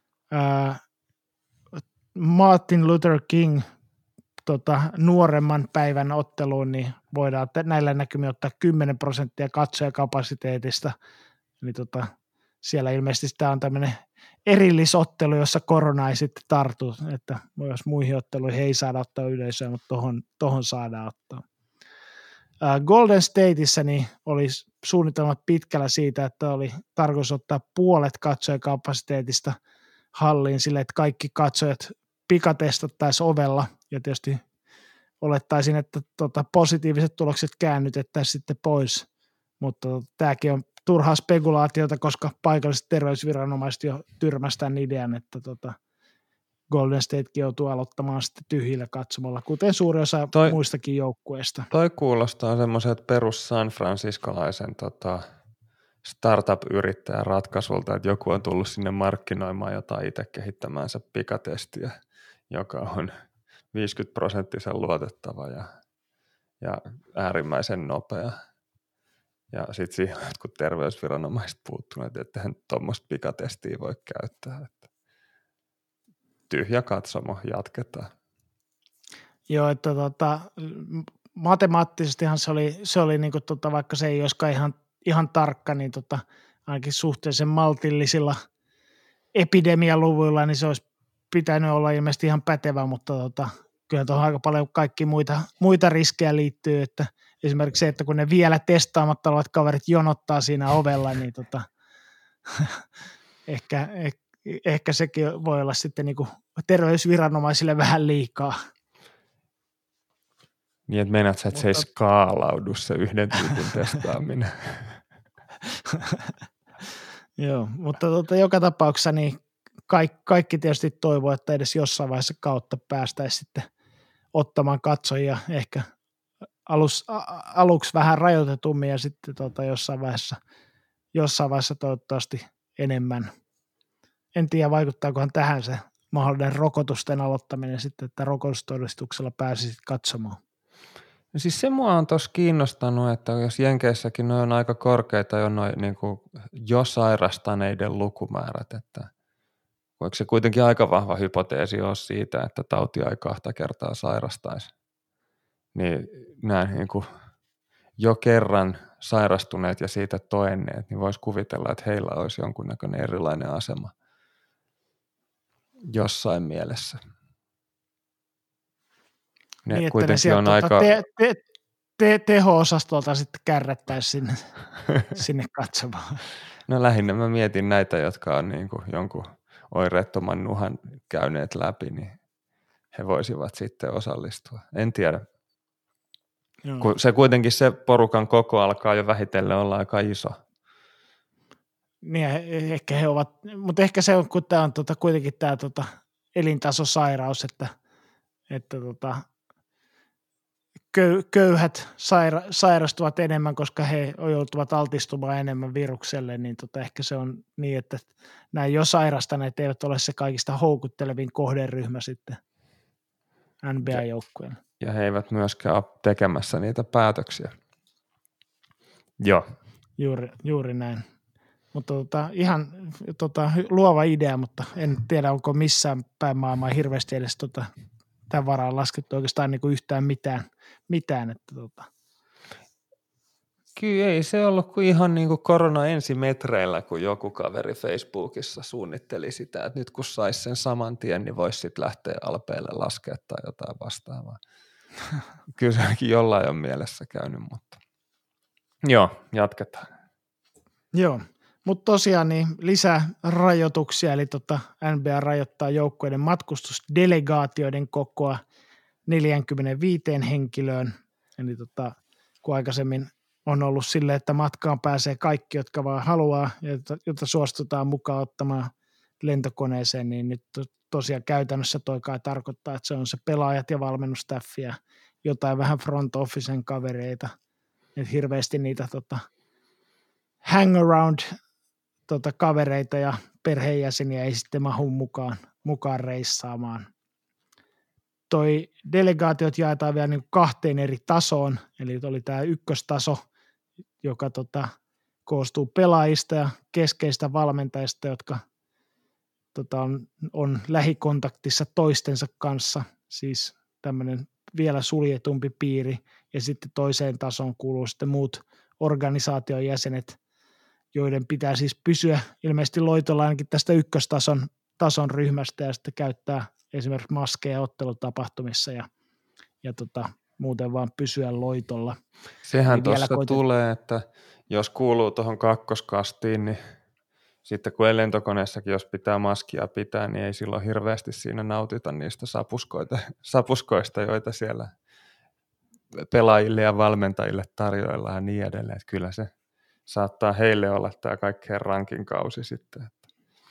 Martin Luther King nuoremman päivän otteluun, niin voidaan näillä näkymin ottaa 10% katsojakapasiteetista. Eli siellä ilmeisesti tämä on tämmöinen erillisottelu, jossa korona ei sitten tartu, että jos muihin otteluihin ei saada ottaa yleisöä, mutta tohon saadaan ottaa. Golden Stateissa niin oli suunnitelmat pitkällä siitä, että oli tarkoitus ottaa puolet katsojakapasiteetista halliin sille, että kaikki katsojat pikatestattaisiin ovella, ja tietysti olettaisin, että positiiviset tulokset käännytettäisiin sitten pois, mutta tämäkin on turhaa spekulaatiota, koska paikalliset terveysviranomaiset jo tyrmäsivät tämän idean, että Golden Statekin joutuu aloittamaan sitten tyhjillä katsomalla, kuten suuri osa muistakin joukkueista. Toi kuulostaa semmoiset perus San Franciscolaisen startup-yrittäjän ratkaisulta, että joku on tullut sinne markkinoimaan jotain itse kehittämäänsä pikatestiä, joka on 50% luotettava ja äärimmäisen nopea. Ja sitten siihen kun terveysviranomaiset puuttuneet, että hän tuommoista pikatestiä voi käyttää. Että tyhjä katsomo, jatketaan. Joo, että matemaattisestihan se oli niin kuin, vaikka se ei olisikaan ihan tarkka, niin ainakin suhteellisen maltillisilla epidemialuvuilla, niin se olisi pitänyt olla ilmeisesti ihan pätevä, mutta kyllä tuohon aika paljon kaikki muita riskejä liittyy, että esimerkiksi se, että kun ne vielä testaamatta olevat kaverit jonottaa siinä ovella, niin ehkä sekin voi olla sitten niin kuin terveysviranomaisille vähän liikaa. Niin, että meinaat sä, että se ei skaalaudu se yhden tyypin testaaminen. Joo, mutta joka tapauksessa niin kaikki tietysti toivoo, että edes jossain vaiheessa kautta päästäisiin sitten ottamaan katsojia ehkä aluksi vähän rajoitetummin ja sitten jossain vaiheessa toivottavasti enemmän. En tiedä, vaikuttaakohan tähän se mahdollinen rokotusten aloittaminen sitten, että rokotustodistuksella pääsisit katsomaan. No siis se mua on tuossa kiinnostanut, että jos Jenkeissäkin on aika korkeita jo noin niin kuin jo sairastaneiden lukumäärät, että voiko se kuitenkin aika vahva hypoteesi ole siitä, että tautia ei 2 kertaa sairastaisi. Niin näin niin kuin jo kerran sairastuneet ja siitä toenneet, niin voisi kuvitella, että heillä olisi jonkunnäköinen erilainen asema jossain mielessä. Ne niin, kuitenkin on aika teho-osastolta sitten kärrättäisiin sinne katsomaan. No lähinnä mä mietin näitä, jotka on niin kuin jonkun oireettoman nuhan käyneet läpi, niin he voisivat sitten osallistua. En tiedä. Se kuitenkin se porukan koko alkaa jo vähitellen olla aika iso. Niin, ehkä he ovat, mutta ehkä se on, kun tämä on kuitenkin tämä elintasosairaus, että köyhät sairastuvat enemmän, koska he joutuvat altistumaan enemmän virukselle, niin ehkä se on niin, että nämä jo sairastaneet eivät ole se kaikista houkuttelevin kohderyhmä sitten NBA-joukkueen. Ja he eivät myöskään ole tekemässä niitä päätöksiä. Joo. Juuri näin. Mutta ihan luova idea, mutta en tiedä, onko missään päin maailmaa hirveästi edes tämän varaan laskettu oikeastaan niin kuin yhtään mitään. Että Kyllä ei se ollut kuin ihan niin kuin korona ensimetreillä, kun joku kaveri Facebookissa suunnitteli sitä, että nyt kun saisi sen saman tien, niin voisi sitten lähteä alpeille laskea tai jotain vastaavaa. Kyllä se ainakin jollain on mielessä käynyt, mutta joo, jatketaan. Joo, Mutta tosiaan niin lisää rajoituksia, eli NBA rajoittaa joukkueiden matkustusdelegaatioiden kokoa 45 henkilöön. Eli kun aikaisemmin on ollut silleen, että matkaan pääsee kaikki, jotka vaan haluaa, ja jota suostutaan mukaan ottamaan lentokoneeseen, niin nyt tosiaan käytännössä toi kai tarkoittaa, että se on se pelaajat ja valmennustaffi ja jotain vähän front officen kavereita. Että hirveästi niitä hangaround kavereita ja perheenjäseniä ei sitten mahu mukaan reissaamaan. Toi delegaatiot jaetaan vielä niin 2 eri tasoon, eli oli tämä ykköstaso, joka koostuu pelaajista ja keskeistä valmentajista, jotka on lähikontaktissa toistensa kanssa, siis tämmöinen vielä suljetumpi piiri, ja sitten toiseen tasoon kuuluu sitten muut organisaation jäsenet, joiden pitää siis pysyä ilmeisesti loitolla ainakin tästä ykköstason ryhmästä ja sitten käyttää esimerkiksi maskeja ottelutapahtumissa ja muuten vaan pysyä loitolla. Sehän tuossa tulee, että jos kuuluu tuohon kakkoskastiin, niin sitten kun ei lentokoneessakin, jos pitää maskia pitää, niin ei silloin hirveästi siinä nautita niistä sapuskoista, joita siellä pelaajille ja valmentajille tarjoillaan ja niin edelleen. Että kyllä se saattaa heille olla tämä kaikkein rankin kausi sitten. Että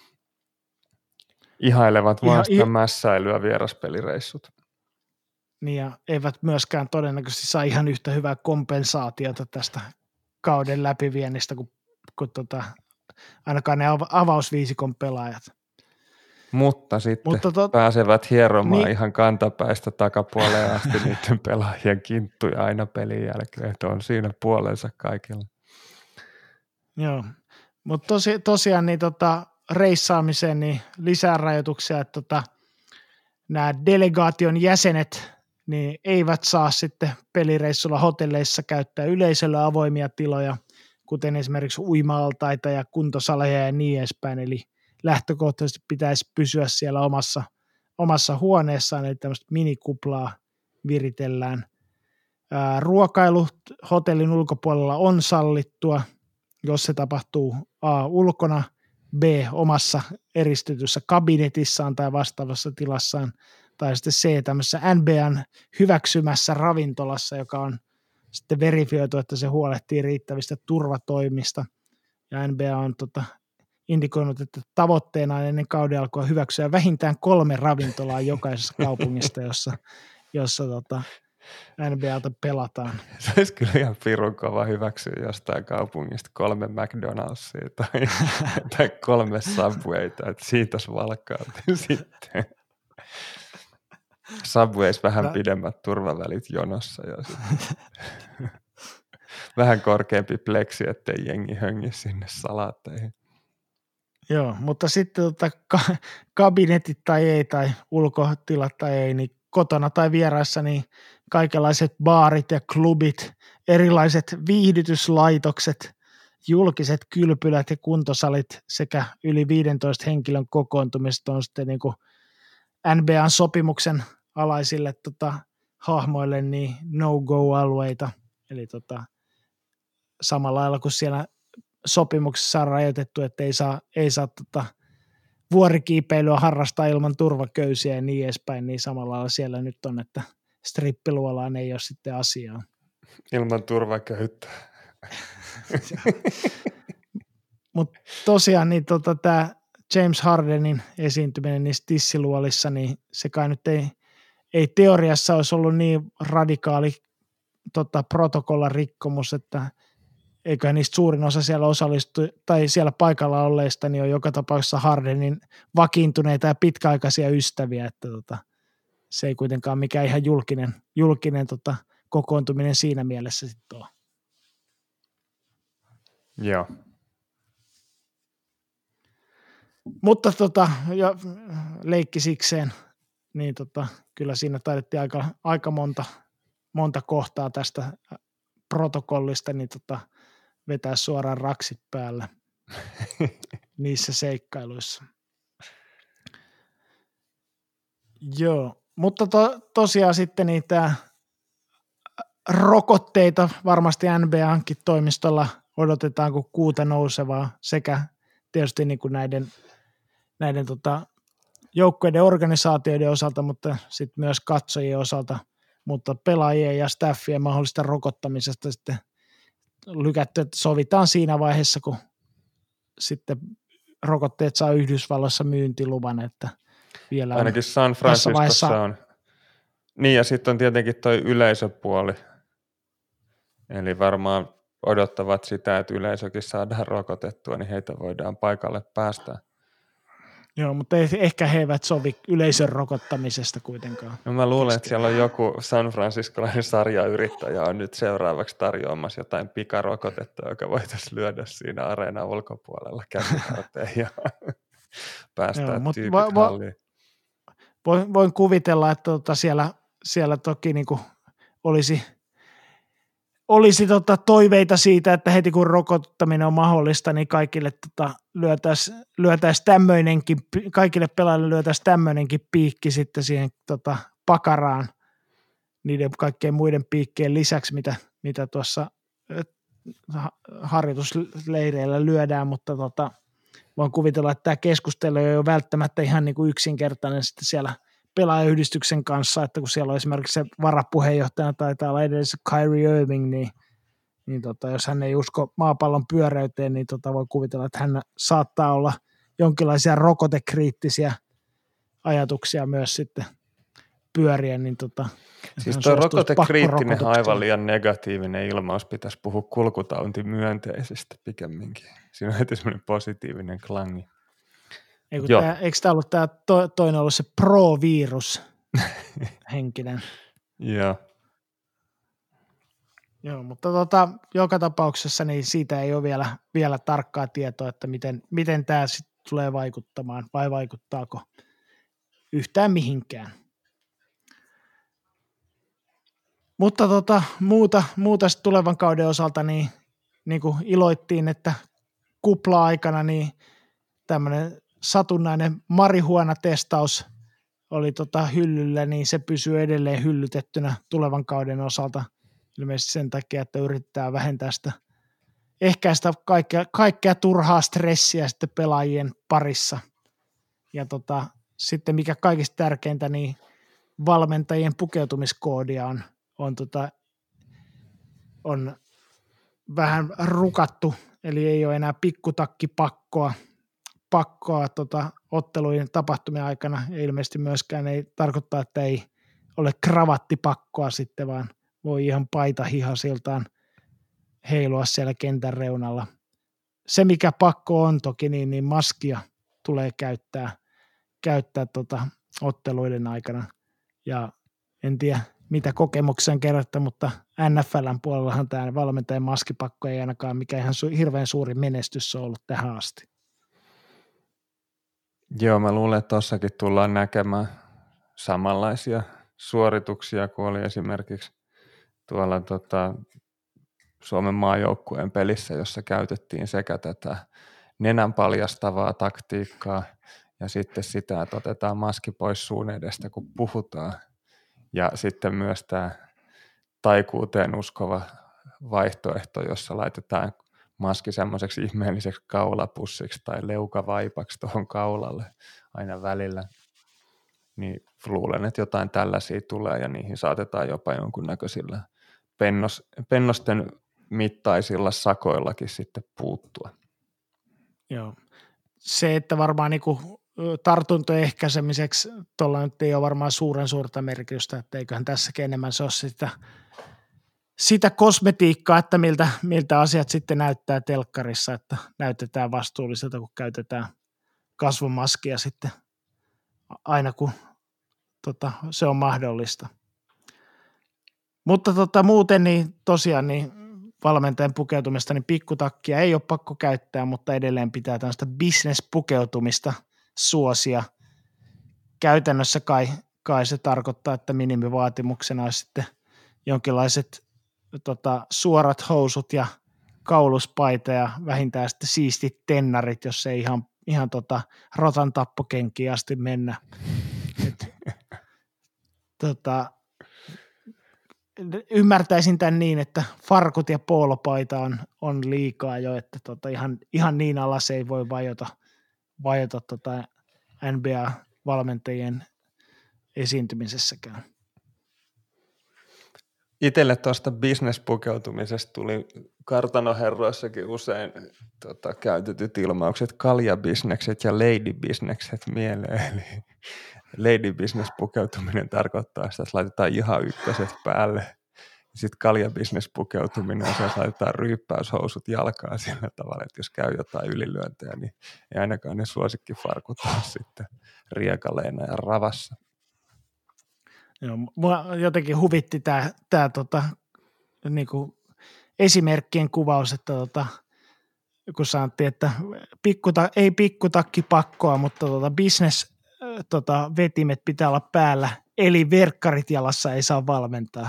ihailevat vaan sitä mässäilyä vieraspelireissut. Niin ja eivät myöskään todennäköisesti saa ihan yhtä hyvää kompensaatiota tästä kauden läpiviennistä kuin ainakaan ne avausviisikon pelaajat. Mutta sitten pääsevät hieromaan ihan kantapäistä takapuoleen asti niiden pelaajien kinttuja aina pelin jälkeen, että on siinä puolensa kaikilla. Joo, mutta tosiaan niin reissaamiseen niin lisää rajoituksia, että nämä delegaation jäsenet niin eivät saa sitten pelireissulla hotelleissa käyttää yleisölle avoimia tiloja, kuten esimerkiksi uima-altaita ja kuntosaleja ja niin edespäin, eli lähtökohtaisesti pitäisi pysyä siellä omassa huoneessaan, eli tämmöistä minikuplaa viritellään. Ruokailu hotellin ulkopuolella on sallittua, jos se tapahtuu A ulkona, B omassa eristetyssä kabinetissaan tai vastaavassa tilassaan, tai sitten C tämmöisessä NBAn hyväksymässä ravintolassa, joka on sitten verifioitu, että se huolehtii riittävistä turvatoimista. Ja NBA on indikoinut, että tavoitteena on ennen kauden alkua hyväksyä vähintään 3 ravintolaa jokaisessa kaupungista, jossa NBAta pelataan. Se olisi kyllä ihan pirun kova hyväksyä jostain kaupungista 3 McDonald'sia tai 3 Subwayta, että siitä valkautin sitten. Subways vähän pidemmät turvavälit jonossa ja vähän korkeampi pleksi, ettei jengi höngi sinne salaatteihin. Joo, mutta sitten kabinetit tai ei tai ulkotilat tai ei, niin kotona tai vieraissa niin kaikenlaiset baarit ja klubit, erilaiset viihdytyslaitokset, julkiset kylpylät ja kuntosalit sekä yli 15 henkilön kokoontumiset on sitten niin kuin NBAn sopimuksen alaisille hahmoille niin no-go-alueita, eli samalla lailla kuin siellä sopimuksessa on rajoitettu, että ei saa vuorikiipeilyä harrastaa ilman turvaköysiä ja niin edespäin, niin samalla lailla siellä nyt on, että strippiluolaan ei ole sitten asiaa. Ilman turvaköyttä. Mutta tosiaan niin tämä James Hardenin esiintyminen niissä tissiluolissa, niin se kai nyt ei teoriassa olisi ollut niin radikaali protokollan rikkomus, että eiköhän niistä suurin osa siellä osallistu tai siellä paikalla olleista niin on joka tapauksessa Hardenin vakiintuneita ja pitkäaikaisia ystäviä, että se ei kuitenkaan mikään ihan julkinen kokoontuminen siinä mielessä sitten ole. Joo. Mutta ja leikki sikseen, niin kyllä siinä taidettiin aika monta kohtaa tästä protokollista, niin vetää suoraan raksit päällä niissä seikkailuissa. Joo, mutta tosiaan sitten niitä rokotteita varmasti NBA:nkin toimistolla odotetaan kuin kuuta nousevaa sekä tietysti niin kuin näiden joukkueiden organisaatioiden osalta, mutta sitten myös katsojien osalta, mutta pelaajien ja staffien mahdollista rokottamisesta sitten lykätty, että sovitaan siinä vaiheessa, kun sitten rokotteet saa Yhdysvalloissa myyntiluvan, että vielä ainakin San Franciscossa on. Niin ja sitten on tietenkin toi yleisöpuoli, eli varmaan odottavat sitä, että yleisökin saadaan rokotettua, niin heitä voidaan paikalle päästä. Joo, mutta ehkä he eivät sovi yleisön rokottamisesta kuitenkaan. No mä luulen, että siellä on joku San Franciscolainen sarjayrittäjä on nyt seuraavaksi tarjoamassa jotain pikarokotetta, joka voitaisiin lyödä siinä areenan ulkopuolella käsikarteen ja päästää tyypit halliin. Voin kuvitella, että siellä toki niin kuin olisi toiveita siitä, että heti kun rokottaminen on mahdollista, niin kaikille lyötäisiin tämmöinenkin, kaikille pelaajille lyötäisiin tämmöinenkin piikki sitten siihen pakaraan niiden kaikkien muiden piikkien lisäksi, mitä tuossa harjoitusleireillä lyödään, mutta voin kuvitella, että tämä keskustelu ei ole välttämättä ihan niin kuin yksinkertainen sitten siellä pelaajayhdistyksen kanssa, että kun siellä on esimerkiksi se varapuheenjohtajana taitaa olla edelleen Kyrie Irving, niin jos hän ei usko maapallon pyöreyteen, niin voi kuvitella, että hän saattaa olla jonkinlaisia rokotekriittisiä ajatuksia myös sitten pyöriä. Niin siis tuo rokotekriittinen on aivan liian negatiivinen ilmaus, pitäisi puhua kulkutautimyönteisesti pikemminkin. Siinä on heti semmoinen positiivinen klangi. Eikö tämä ollut tämä toinen ollut se pro-virus henkinen? Joo. Joo, mutta joka tapauksessa niin siitä ei ole vielä tarkkaa tietoa, että miten tämä sitten tulee vaikuttamaan vai vaikuttaako yhtään mihinkään. Mutta muuta tulevan kauden osalta niin kuin iloittiin, että kupla-aikana niin tämmöinen satunnainen marihuanatestaus oli hyllyllä, niin se pysyy edelleen hyllytettynä tulevan kauden osalta. Ilmeisesti sen takia, että yrittää vähentää sitä, ehkäistä kaikkea turhaa stressiä sitten pelaajien parissa. Ja sitten mikä kaikista tärkeintä, niin valmentajien pukeutumiskoodia on vähän rukattu, eli ei ole enää pikkutakkipakkoa ottelujen tapahtumien aikana. Ja ilmeisesti myöskään ei tarkoittaa, että ei ole kravattipakkoa sitten, vaan voi ihan paita hihasiltaan heilua siellä kentän reunalla. Se, mikä pakko on toki, niin maskia tulee käyttää otteluiden aikana. Ja en tiedä, mitä kokemuksia on kerätty, mutta NFLn puolellahan tämä valmentajan maskipakko ei ainakaan mikä ihan hirveän suuri menestys on ollut tähän asti. Joo, mä luulen, että tossakin tullaan näkemään samanlaisia suorituksia kuin oli esimerkiksi tuolla Suomen maajoukkueen pelissä, jossa käytettiin sekä tätä nenän paljastavaa taktiikkaa ja sitten sitä, että otetaan maski pois suun edestä, kun puhutaan. Ja sitten myös tämä taikuuteen uskova vaihtoehto, jossa laitetaan maski semmoiseksi ihmeelliseksi kaulapussiksi tai leukavaipaksi tuohon kaulalle aina välillä. Niin luulen, että jotain tällaisia tulee ja niihin saatetaan jopa jonkunnäköisillä pennosten mittaisilla sakoillakin sitten puuttua. Joo. Se, että varmaan niinku tartuntojen ehkäisemiseksi tuolla nyt ei ole varmaan suurta merkitystä, että eiköhän tässäkin enemmän se ole sitä kosmetiikkaa, että miltä asiat sitten näyttää telkkarissa, että näytetään vastuulliselta, kun käytetään kasvomaskia sitten aina kun se on mahdollista. Mutta muuten niin tosiaan niin valmentajan pukeutumista, niin pikkutakkia ei ole pakko käyttää, mutta edelleen pitää tällaista business-pukeutumista suosia. Käytännössä kai se tarkoittaa, että minimivaatimuksena olisi sitten jonkinlaiset suorat housut ja kauluspaita ja vähintään sitten siistit tennarit, jos ei ihan rotan tappokenkiin asti mennä. ymmärtäisin tämän niin, että farkut ja poolopaita on liikaa jo, että ihan niin alas ei voi vajota NBA-valmentajien esiintymisessäkään. Itselle tuosta business-pukeutumisesta tuli kartanoherroissakin usein käytetyt ilmaukset kaljabisnekset ja ladybisnekset mieleen. Eli lady-business-pukeutuminen tarkoittaa sitä, että laitetaan ihan ykköset päälle. Sitten kaljabisnes-pukeutuminen on se, että laitetaan ryyppäyshousut jalkaan sillä tavalla, että jos käy jotain ylilyöntejä, niin ei ainakaan ne suosikkifarkut ole sitten riekaleina ja ravassa. Joo, mua jotenkin huvitti tämä niinku esimerkkien kuvaus, että kun sanottiin, että ei pikkutakki pakkoa, mutta business vetimet pitää olla päällä, eli verkkarit jalassa ei saa valmentaa.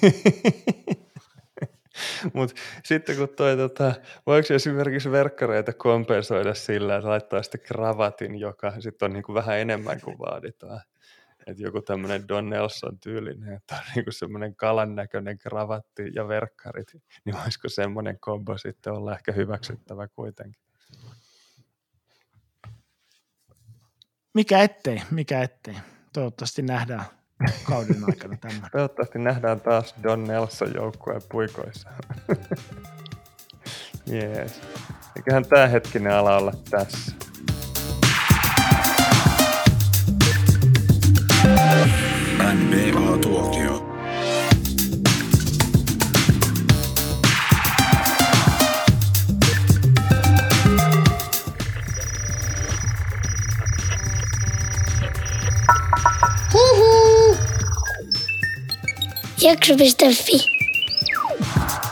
Mutta sitten kun voiko esimerkiksi verkkareita kompensoida sillä, että laittaa sitten kravatin, joka sitten on niinku vähän enemmän kuin vaaditaan. Että joku tämmöinen Don Nelson tyylinen, että on niinku semmoinen kalan näköinen kravatti ja verkkarit, niin voisiko semmoinen kombo sitten olla ehkä hyväksyttävä kuitenkin? Mikä ettei. Toivottavasti nähdään kauden aikana tämä. Toivottavasti nähdään taas Don Nelson joukkueen puikoissa. Jees. Eiköhän tämä hetkinen ala olla tässä. NBA-tuokio. Jakso.fi